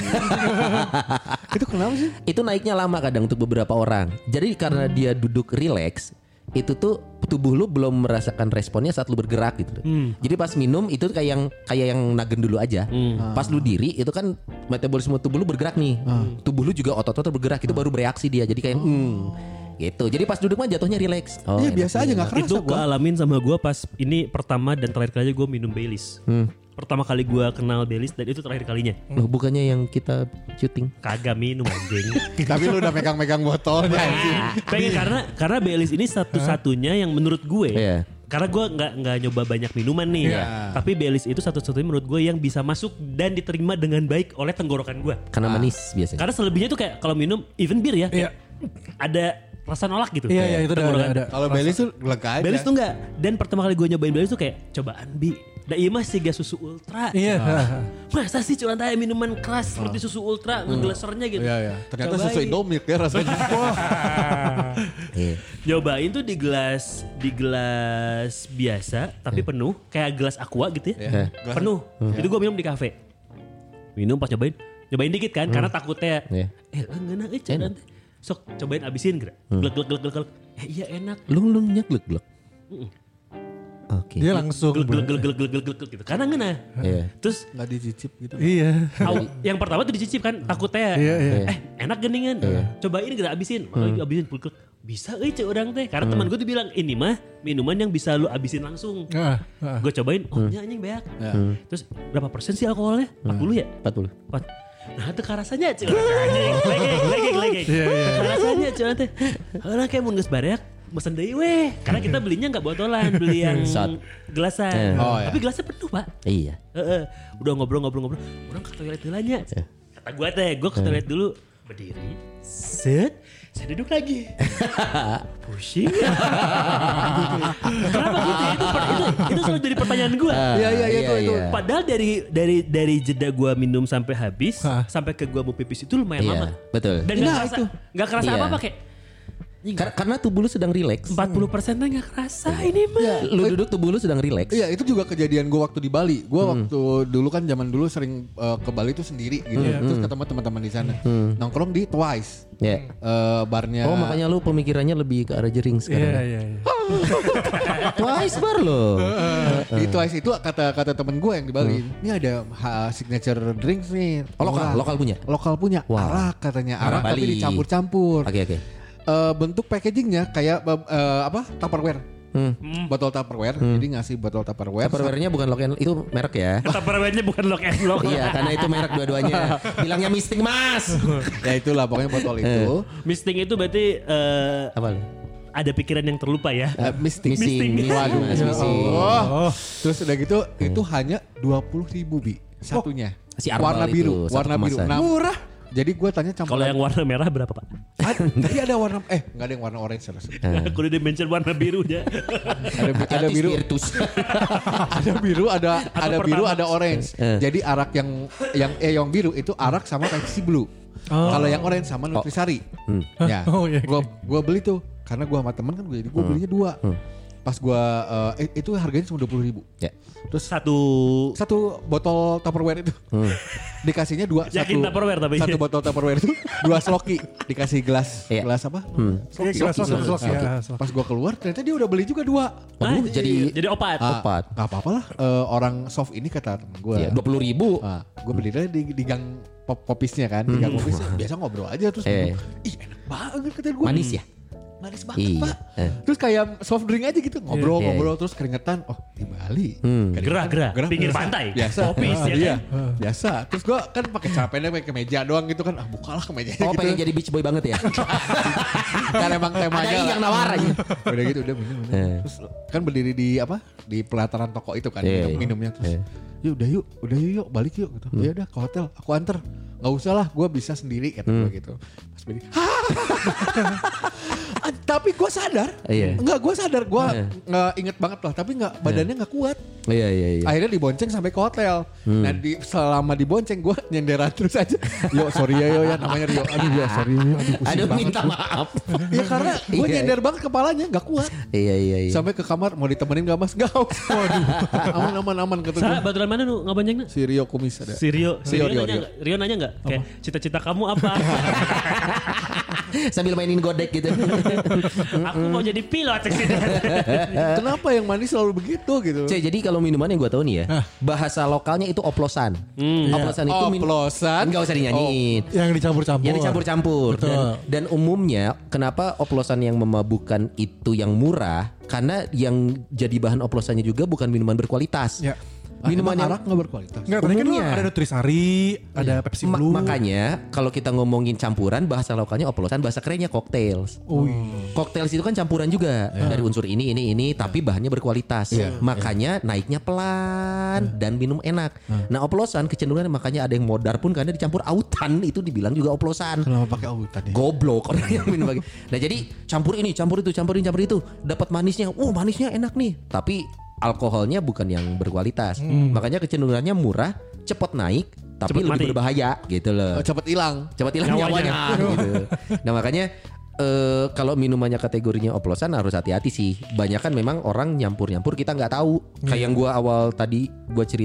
itu kenapa sih? Itu naiknya lama kadang untuk beberapa orang. Jadi karena dia duduk relax, itu tuh tubuh lu belum merasakan responnya saat lu bergerak gitu. Jadi pas minum itu kayak yang nagen dulu aja. Pas lu diri itu kan metabolisme tubuh lu bergerak nih. Tubuh lu juga otot-otot bergerak, itu baru bereaksi dia. Jadi kayak gitu. Jadi pas duduk mah jatuhnya relax. Iya biasa aja nggak kerasa Itu gua. kealamin sama gue pas ini pertama dan terakhir kalinya gue minum Baileys. Pertama kali gue kenal Baileys dan itu terakhir kalinya. Loh, bukannya yang kita syuting? Kagak minum anjing. Tapi lu udah megang-megang botolnya anjing. Pengen karena Baileys ini satu-satunya yang menurut gue. Iya. Karena gue nggak nyoba banyak minuman nih. Iya. Tapi Baileys itu satu-satunya menurut gue yang bisa masuk dan diterima dengan baik oleh tenggorokan gue. Karena manis biasanya. Karena selebihnya tuh kayak kalau minum even bir ya, Iya. ada rasa nolak gitu. Iya itu ada. Kalau Baileys tuh lega aja. Baileys tuh enggak. Dan pertama kali gue nyobain Baileys tuh kayak cobaan bi. Da iya mah siga susu ultra. Iya. Masa sih cuma tanya minuman keras seperti susu ultra ngeglasernya gitu. Iya. Ternyata Cobain. susu Indomilk ya rasanya. Iya. Nyobain tuh di gelas biasa tapi penuh kayak gelas aqua gitu ya. Penuh. Itu gue minum di kafe. Minum pas nyobain dikit kan karena takutnya Iya. enggak enak sok cobain abisin gerak. Glek. Iya enak. Lu nyeglek. Oke. Dia langsung. Gelek gitu. Karena ngena. Iya. Terus Nggak dicicip gitu. Iya. yang pertama tuh dicicip kan takutnya. Iya. Enak geningan. Cobain kita abisin. Abisin pulkul. Bisa cek orang teh. Karena teman gue tuh bilang ini mah minuman yang bisa lu abisin langsung. Gue cobain. Oh anjing beak. Terus berapa persen sih alkoholnya? 40 ya? 40. Nah itu karasanya cek. Legeng. Karasanya cek teh. Orang kayak mun geus barek. Mesen deui weh. Karena kita belinya gak botolan. Beli yang gelasan. Tapi gelasnya penuh pak. Iya. Udah ngobrol. Orang ke toilet dulu aja. Kata gue ke toilet dulu. Berdiri. Set. Saya duduk lagi. Pusing. Kenapa gitu? Itu selalu jadi pertanyaan gue. Iya itu. Padahal dari jeda gue minum sampai habis. Sampai ke gue mau pipis itu lumayan lama. Betul. Dan gak kerasa apa-apa kayak. Karena tubuh lu sedang rileks. 40% tuh gak kerasa ini mah. Lu duduk tubuh lu sedang rileks. Iya itu juga kejadian gue waktu di Bali. Gue waktu dulu kan zaman dulu sering ke Bali tuh sendiri gitu. Terus ketemu teman-teman di sana. Nongkrong di Twice. Iya. Barnya. Oh makanya lu pemikirannya lebih ke arah jering sekarang. Iya. Twice bar lo. Di Twice itu kata temen gue yang di Bali. Ini ada signature drinks nih. Oh, lokal punya. Lokal punya. Wow. Arak katanya. Arak Bali. tapi dicampur-campur. Oke. Bentuk packagingnya kayak Tupperware. Botol Tupperware. Jadi ngasih botol Tupperware. Tupperware-nya bukan lock and itu merek ya. Tupperware-nya bukan lock and lock. Iya, karena itu merek dua-duanya. Bilangnya Misting Mas. Ya itulah pokoknya botol itu. Misting itu berarti Apa? ada pikiran yang terlupa ya. Misting. Waduh, Misting. Terus udah gitu itu hanya 20.000 Bi satunya. Si Arnold warna biru, itu, satu warna biru. kemasan. Nah, murah. Jadi gue tanya Kalau yang warna merah berapa pak? tadi ada warna nggak ada yang warna orange harus. Kudu dimention warna birunya. ada biru. Spiritus. Ada biru, ada biru, pertama. ada orange. Jadi arak yang biru itu arak sama Pepsi Blue. Kalau yang orange sama Nutrisari. Ya. Gue beli tuh karena gue sama temen kan gue belinya 2. Pas gue itu harganya cuma 20.000. Ya. Terus Satu botol Tupperware itu dikasihnya 2. Yakin Tupperware tapi. Satu botol Tupperware itu 2 sloki dikasih gelas apa? Sloki. Pas gue keluar ternyata dia udah beli juga 2. Waduh, jadi opat. opat. Gak apa-apa lah orang soft ini kata temen gue. Iya, 20.000. Gue beli di gang popisnya kan, di gang popisnya biasa ngobrol aja terus ih enak banget kata gue. Manis ya? Manis banget pak. Terus kayak soft drink aja gitu ngobrol terus keringetan. Oh di Bali. Gerah. Pinggir pantai. Biasa. Popis ya Iya. kan. Biasa. Terus gue kan pakai capeknya pakai kemeja doang gitu kan. Bukalah kemejanya Oh gitu. pengen jadi beach boy banget ya? Kan emang temanya. Ada yang nawar aja. Udah gitu udah minum. Terus kan berdiri di di pelataran toko itu kan minumnya terus. Udah yuk balik yuk gitu. Ya udah ke hotel aku anter. Gak usah lah gue bisa sendiri kata gue gitu. Pas beli tapi gue sadar gue sadar gue nggak inget banget lah tapi badannya nggak kuat. Iya. Akhirnya dibonceng sampai ke hotel. Nah selama dibonceng gue nyenderan terus aja. Yo sorry ya namanya Rio. Aduh ya sorry aduh pusing Aduh banget. minta maaf. Ya karena gue nyender banget kepalanya nggak kuat. Iya. Sampai ke kamar mau ditemenin gak mas? Gak. Waduh aman kata gue. Sa, baturan mana nu ngabanjengna? Si Rio Kumis ada. Si Rio nanya nggak? Kayak cita-cita kamu apa? Sambil mainin godek gitu. Aku mau jadi pilot. Kenapa yang manis selalu begitu gitu? Jadi kalau minuman yang gue tahu nih ya, bahasa lokalnya itu oplosan. Oplosan itu oplosan. Enggak usah dinyanyiin. Yang dicampur-campur. Yang dicampur-campur. Dan umumnya kenapa oplosan yang memabukkan itu yang murah? Karena yang jadi bahan oplosannya juga bukan minuman berkualitas. Ya. Minuman yang arak gak berkualitas. Enggak, tadi kan umumnya. ada Nutrisari, ada Pepsi Blue. Makanya kalau kita ngomongin campuran, bahasa lokalnya oplosan, bahasa kerennya cocktails. Cocktails itu kan campuran juga dari unsur ini, tapi bahannya berkualitas. Makanya naiknya pelan dan minum enak. Nah oplosan kecenderungan makanya ada yang modar pun karena dicampur autan itu dibilang juga oplosan. Kenapa pakai autan ya? Goblok orang yang minum lagi. Nah jadi campur ini, campur itu, dapat manisnya. Manisnya enak nih. Tapi alkoholnya bukan yang berkualitas. Makanya kecenderungannya murah, cepat naik, tapi cepet lebih mati. berbahaya gitu loh. Cepat hilang. Cepat hilang nyawanya gitu. Nah makanya kalau minumannya kategorinya oplosan harus hati-hati sih. Banyak kan memang orang nyampur-nyampur kita nggak tahu. Kayak yang gua awal tadi gua cerita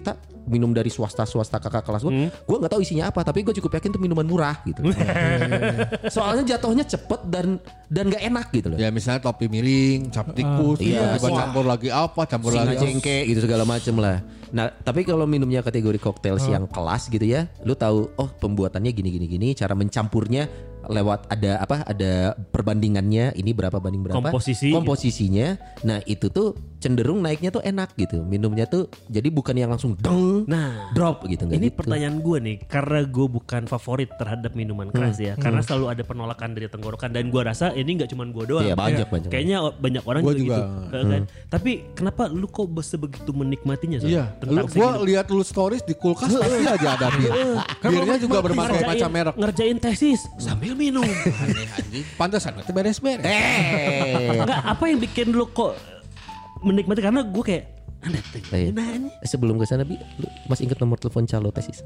minum dari swasta kakak kelas gue nggak tahu isinya apa, tapi gue cukup yakin itu minuman murah gitu. Soalnya jatuhnya cepet dan nggak enak gitu loh. Ya misalnya topi miring, cap tikus, campur lagi apa, campur singa lagi jengke gitu segala macem lah. Nah tapi kalau minumnya kategori cocktails yang kelas gitu ya, lu tahu pembuatannya gini, cara mencampurnya lewat ada perbandingannya, ini berapa banding berapa komposisinya. Nah itu tuh cenderung naiknya tuh enak gitu, minumnya tuh jadi bukan yang langsung drop gitu. Ini gitu. pertanyaan gue nih, karena gue bukan favorit terhadap minuman keras ya, karena selalu ada penolakan dari tenggorokan, dan gue rasa ini nggak cuma gue doang. Iya, banyak. Kayaknya banyak orang gua juga gitu. Kan? Tapi kenapa lu kok sebegitu menikmatinya? Iya, gue lihat lu stories di kulkas pasti aja ada bir. Birnya juga berbagai macam merek. Ngerjain tesis sambil minum. Anjing. Pantesan nanti beres-beres. Enggak, apa yang bikin lu kok menikmati? Karena gue kayak sebelum kesana lu masih ingat nomor telepon calo tesis?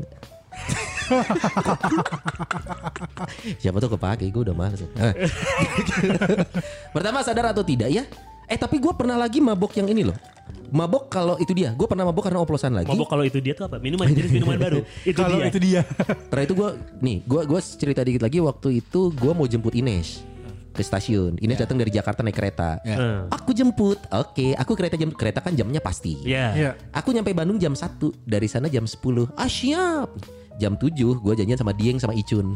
Siapa tuh kepake, gue udah males. Pertama, sadar atau tidak ya? Tapi gue pernah lagi mabok yang ini loh. Mabok kalau itu dia, gue pernah mabok karena oplosan lagi. Mabok kalau itu dia tuh apa? Jenis minuman baru. Itu dia. Karena itu gue cerita dikit lagi. Waktu itu gue mau jemput Ines ke stasiun. Ines datang dari Jakarta naik kereta. Aku jemput. Oke, aku kereta kan jamnya pasti. Aku nyampe Bandung jam 1, dari sana jam 10. Siap. Jam 7 gue janjian sama Dieng sama Icun.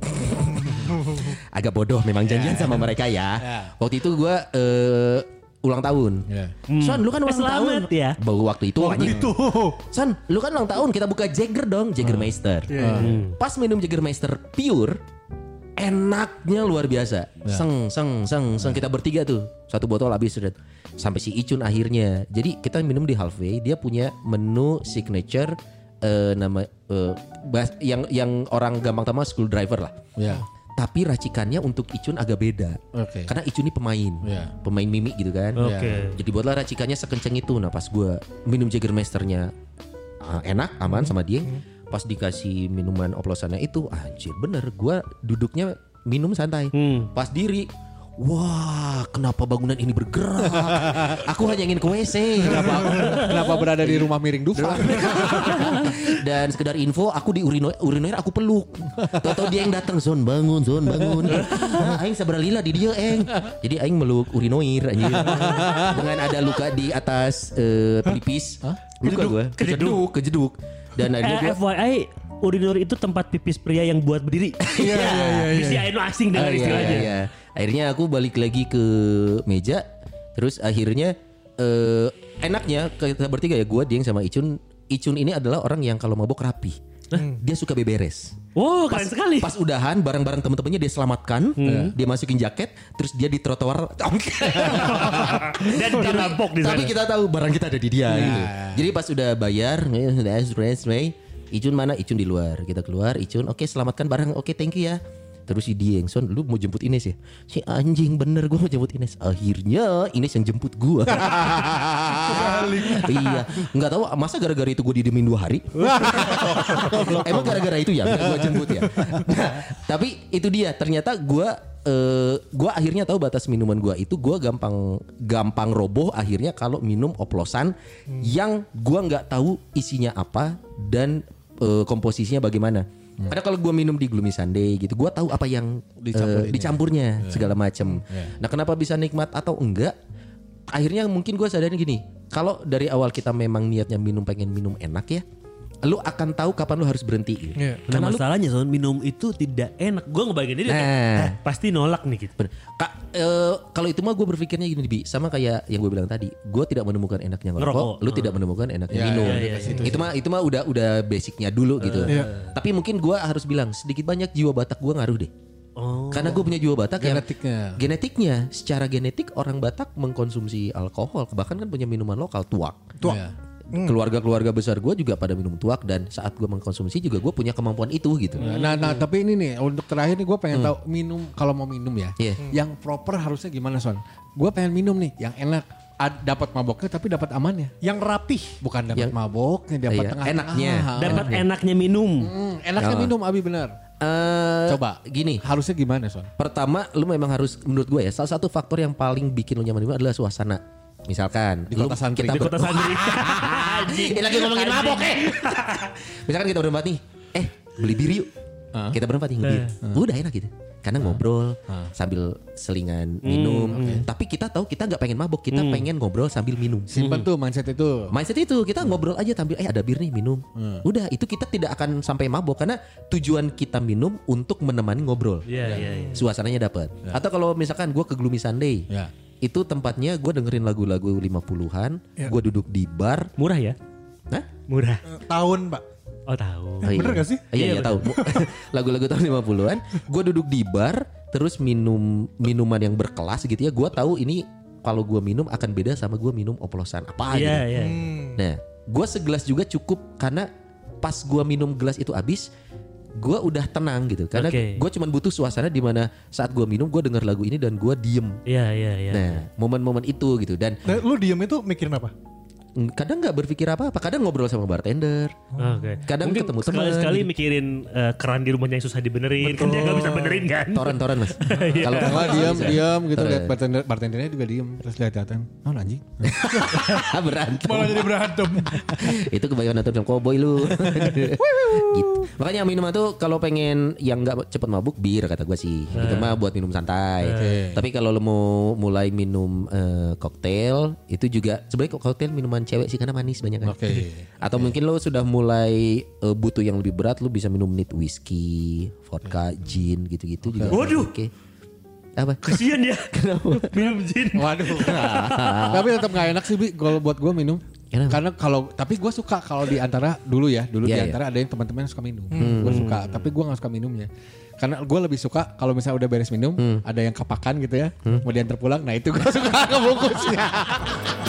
Agak bodoh memang janjian sama mereka ya. Waktu itu gue ulang tahun. Son, lu kan ulang tahun ya. Baru waktu itu. Son, lu kan ulang tahun, kita buka Jagger dong, Jägermeister. Pas minum Jägermeister pure, enaknya luar biasa. Seng kita bertiga tuh. Satu botol habis sudah. Sampai si Icun akhirnya. Jadi kita minum di halfway, dia punya menu signature yang orang gampang tahu screwdriver lah. Tapi racikannya untuk Icun agak beda. Karena Icun ini pemain mimik gitu kan. Jadi buatlah racikannya sekenceng itu. Nah pas gue minum Jägermeisternya enak, aman sama dia. Pas dikasih minuman oplosannya itu, anjir bener. Gue duduknya minum santai. Pas diri, wah kenapa bangunan ini bergerak? Aku hanya ingin ke WC. Kenapa berada di rumah miring Dufan? Dan sekedar info, aku di urinoir aku peluk. Tahu dia yang datang, Zon bangun. Aing sabaralila di dia Jadi aing meluk urinoir anjir. Dengan ada luka di atas pelipis. Luka gue kejeduk. Dan akhirnya FYI urinoir itu tempat pipis pria yang buat berdiri. Bisa aing asing dengan istilahnya. Iya. Akhirnya aku balik lagi ke meja. Terus akhirnya enaknya kita bertiga ya, gue, Dieng sama Icun. Icun ini adalah orang yang kalau mabok rapi. Dia suka beberes. Oh, keren sekali. Pas udahan barang-barang teman-temannya dia selamatkan, dia masukin jaket, terus dia di trotoar. Dan dia rampok di sana. Tapi kita tahu barang kita ada di dia gitu. Jadi pas udah bayar, Icun mana? Icun di luar. Kita keluar, Icun, oke selamatkan barang, oke thank you ya. Terus si Dieng, Son, lu mau jemput Ines ya? Si anjing bener, gue mau jemput Ines. Akhirnya Ines yang jemput gue. Iya, nggak tahu masa gara-gara itu gue didiemin 2 hari. Emang gara-gara itu ya gue jemput ya. Nah, tapi itu dia, ternyata gue akhirnya tahu batas minuman gue itu. Gue gampang roboh akhirnya kalau minum oplosan yang gue nggak tahu isinya apa dan komposisinya bagaimana. Karena kalau gue minum di Gloomy Sunday gitu, gue tahu apa yang dicampurnya segala macam. Nah kenapa bisa nikmat atau enggak? Akhirnya mungkin gue sadarin gini, kalau dari awal kita memang niatnya pengen minum enak ya, lu akan tahu kapan lu harus berhenti. Karena masalahnya Son, minum itu tidak enak. Gue ngebayangin ini pasti nolak nih gitu. Kalau itu mah gue berpikirnya gini Bi, sama kayak yang gue bilang tadi, gue tidak menemukan enaknya ngerokok, lu tidak menemukan enaknya minum. Itu mah udah basicnya dulu gitu. Tapi mungkin gue harus bilang sedikit banyak jiwa Batak gue ngaruh deh. Karena gue punya jiwa Batak genetiknya secara genetik orang Batak mengkonsumsi alkohol, bahkan kan punya minuman lokal tuak. Keluarga besar gue juga pada minum tuak, dan saat gue mengkonsumsi juga gue punya kemampuan itu gitu. Nah tapi ini nih untuk terakhir nih gue pengen tahu kalau mau minum ya, yang proper harusnya gimana Son? Gue pengen minum nih yang enak, dapat maboknya tapi dapat amannya, yang rapih, bukan dapat maboknya, dapat tengah enaknya, dapat enaknya minum. Enaknya minum Abi benar. Coba gini, harusnya gimana Son? Pertama lu memang harus, menurut gue ya, salah satu faktor yang paling bikin lu nyaman minum adalah suasana. Misalkan Di kota santri. Di kota santri. Ini lagi ngomongin mabok Misalkan kita berempat nih, beli bir yuk. Kita berempat nih ngebir. Udah enak gitu. Karena ngobrol sambil selingan minum. Tapi kita tahu kita nggak pengen mabok, kita pengen ngobrol sambil minum. Simpen tuh mindset itu. Mindset itu kita ngobrol aja sambil ada bir nih minum. Udah itu kita tidak akan sampai mabok karena tujuan kita minum untuk menemani ngobrol. Iya. Suasananya dapat. Atau kalau misalkan gue ke Gloomy Sunday. Ya. Itu tempatnya gue dengerin lagu-lagu 50-an, gue duduk di bar. Murah ya? Hah? Murah. Tahun Pak. Oh tahu. Bener gak sih? Iya tahu. Lagu-lagu tahun 50-an, gue duduk di bar terus minum minuman yang berkelas gitu ya. Gue tahu ini kalau gue minum akan beda sama gue minum oplosan apa gitu. Iya. Nah, gue segelas juga cukup karena pas gue minum gelas itu habis, gue udah tenang gitu. Karena gue cuma butuh suasana di mana saat gue minum gue denger lagu ini dan gue diem. Iya. Nah, momen-momen itu gitu dan Nah, lu diem itu mikirin apa? kadang nggak berpikir apa-apa, kadang ngobrol sama bartender, kadang Mungkin ketemu teman. sekali-sekali mikirin keran di rumahnya yang susah dibenerin. Kan dia gak bisa benerin kan. Toran-toran mas. Kalau diam gitu lihat bartendernya juga diam terus lihat-lihatan. Oh anjing. Berantem. Malah jadi berantem. Itu kebanyakan nonton film cowboy lu. Gitu. Makanya minuman tuh kalau pengen yang nggak cepet mabuk bir kata gue sih. Itu mah buat minum santai. Tapi kalau lo mau mulai minum koktail itu juga sebenarnya koktail minuman cewek sih karena manis banyak kan. Atau mungkin lo sudah mulai butuh yang lebih berat, lo bisa minum neat whiskey, vodka, gin gitu-gitu juga. Waduh. Oke. Apa? Kasian ya. Kenapa? Minum gin. Waduh. Tapi tetap gak enak sih Bi kalau buat gue minum. Kenapa? Karena tapi gue suka kalau di antara dulu di antara ada yang teman-teman yang suka minum. Gue suka, tapi gue gak suka minumnya. Karena gue lebih suka kalau misalnya udah beres minum, ada yang kapakan gitu ya, mau diantar pulang. Nah itu gue suka ngebungkusnya.